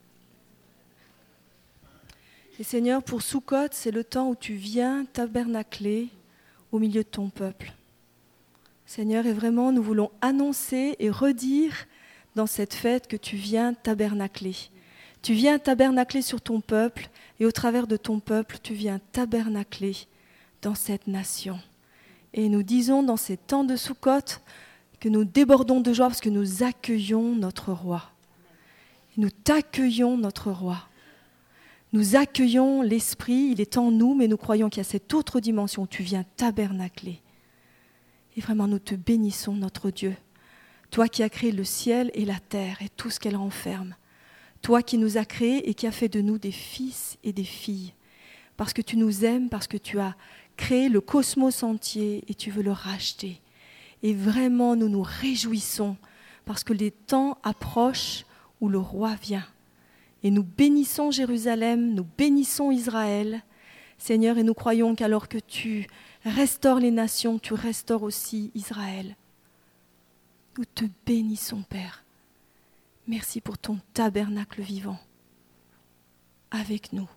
Et Seigneur, pour Soukhot, c'est le temps où tu viens tabernacler au milieu de ton peuple. Seigneur, et vraiment, nous voulons annoncer et redire dans cette fête que tu viens tabernacler. Tu viens tabernacler sur ton peuple et au travers de ton peuple, tu viens tabernacler dans cette nation. Et nous disons dans ces temps de Soukhot que nous débordons de joie parce que nous accueillons notre roi. Nous t'accueillons notre roi. Nous accueillons l'Esprit, il est en nous, mais nous croyons qu'il y a cette autre dimension où tu viens tabernacler. Et vraiment, nous te bénissons, notre Dieu. Toi qui as créé le ciel et la terre et tout ce qu'elle renferme. Toi qui nous as créés et qui as fait de nous des fils et des filles. Parce que tu nous aimes, parce que tu as créé le cosmos entier et tu veux le racheter. Et vraiment, nous nous réjouissons parce que les temps approchent où le roi vient. Et nous bénissons Jérusalem, nous bénissons Israël, Seigneur, et nous croyons qu'alors que tu restaures les nations, tu restaures aussi Israël. Nous te bénissons, Père. Merci pour ton tabernacle vivant avec nous.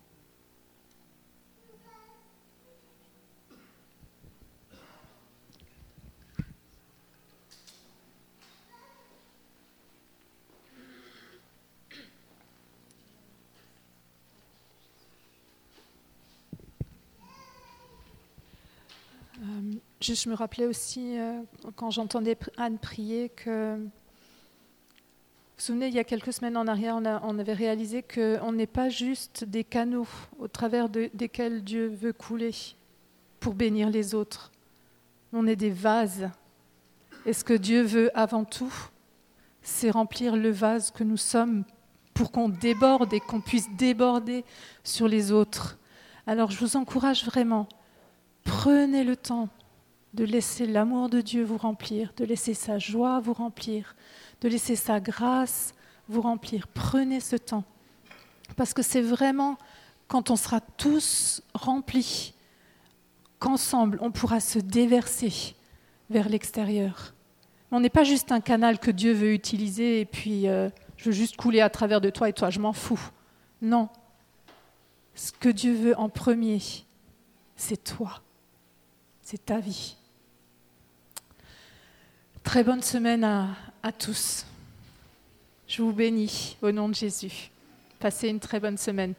Euh, juste, je me rappelais aussi, euh, quand j'entendais Anne prier, que, vous vous souvenez, il y a quelques semaines en arrière, on, a, on avait réalisé qu'on n'est pas juste des canaux au travers de, desquels Dieu veut couler pour bénir les autres. On est des vases. Et ce que Dieu veut avant tout, c'est remplir le vase que nous sommes pour qu'on déborde et qu'on puisse déborder sur les autres. Alors, je vous encourage vraiment. Prenez le temps de laisser l'amour de Dieu vous remplir, de laisser sa joie vous remplir, de laisser sa grâce vous remplir. Prenez ce temps. Parce que c'est vraiment quand on sera tous remplis qu'ensemble, on pourra se déverser vers l'extérieur. On n'est pas juste un canal que Dieu veut utiliser et puis euh, je veux juste couler à travers de toi et toi, je m'en fous. Non. Ce que Dieu veut en premier, c'est toi. C'est ta vie. Très bonne semaine à, à tous. Je vous bénis au nom de Jésus. Passez une très bonne semaine.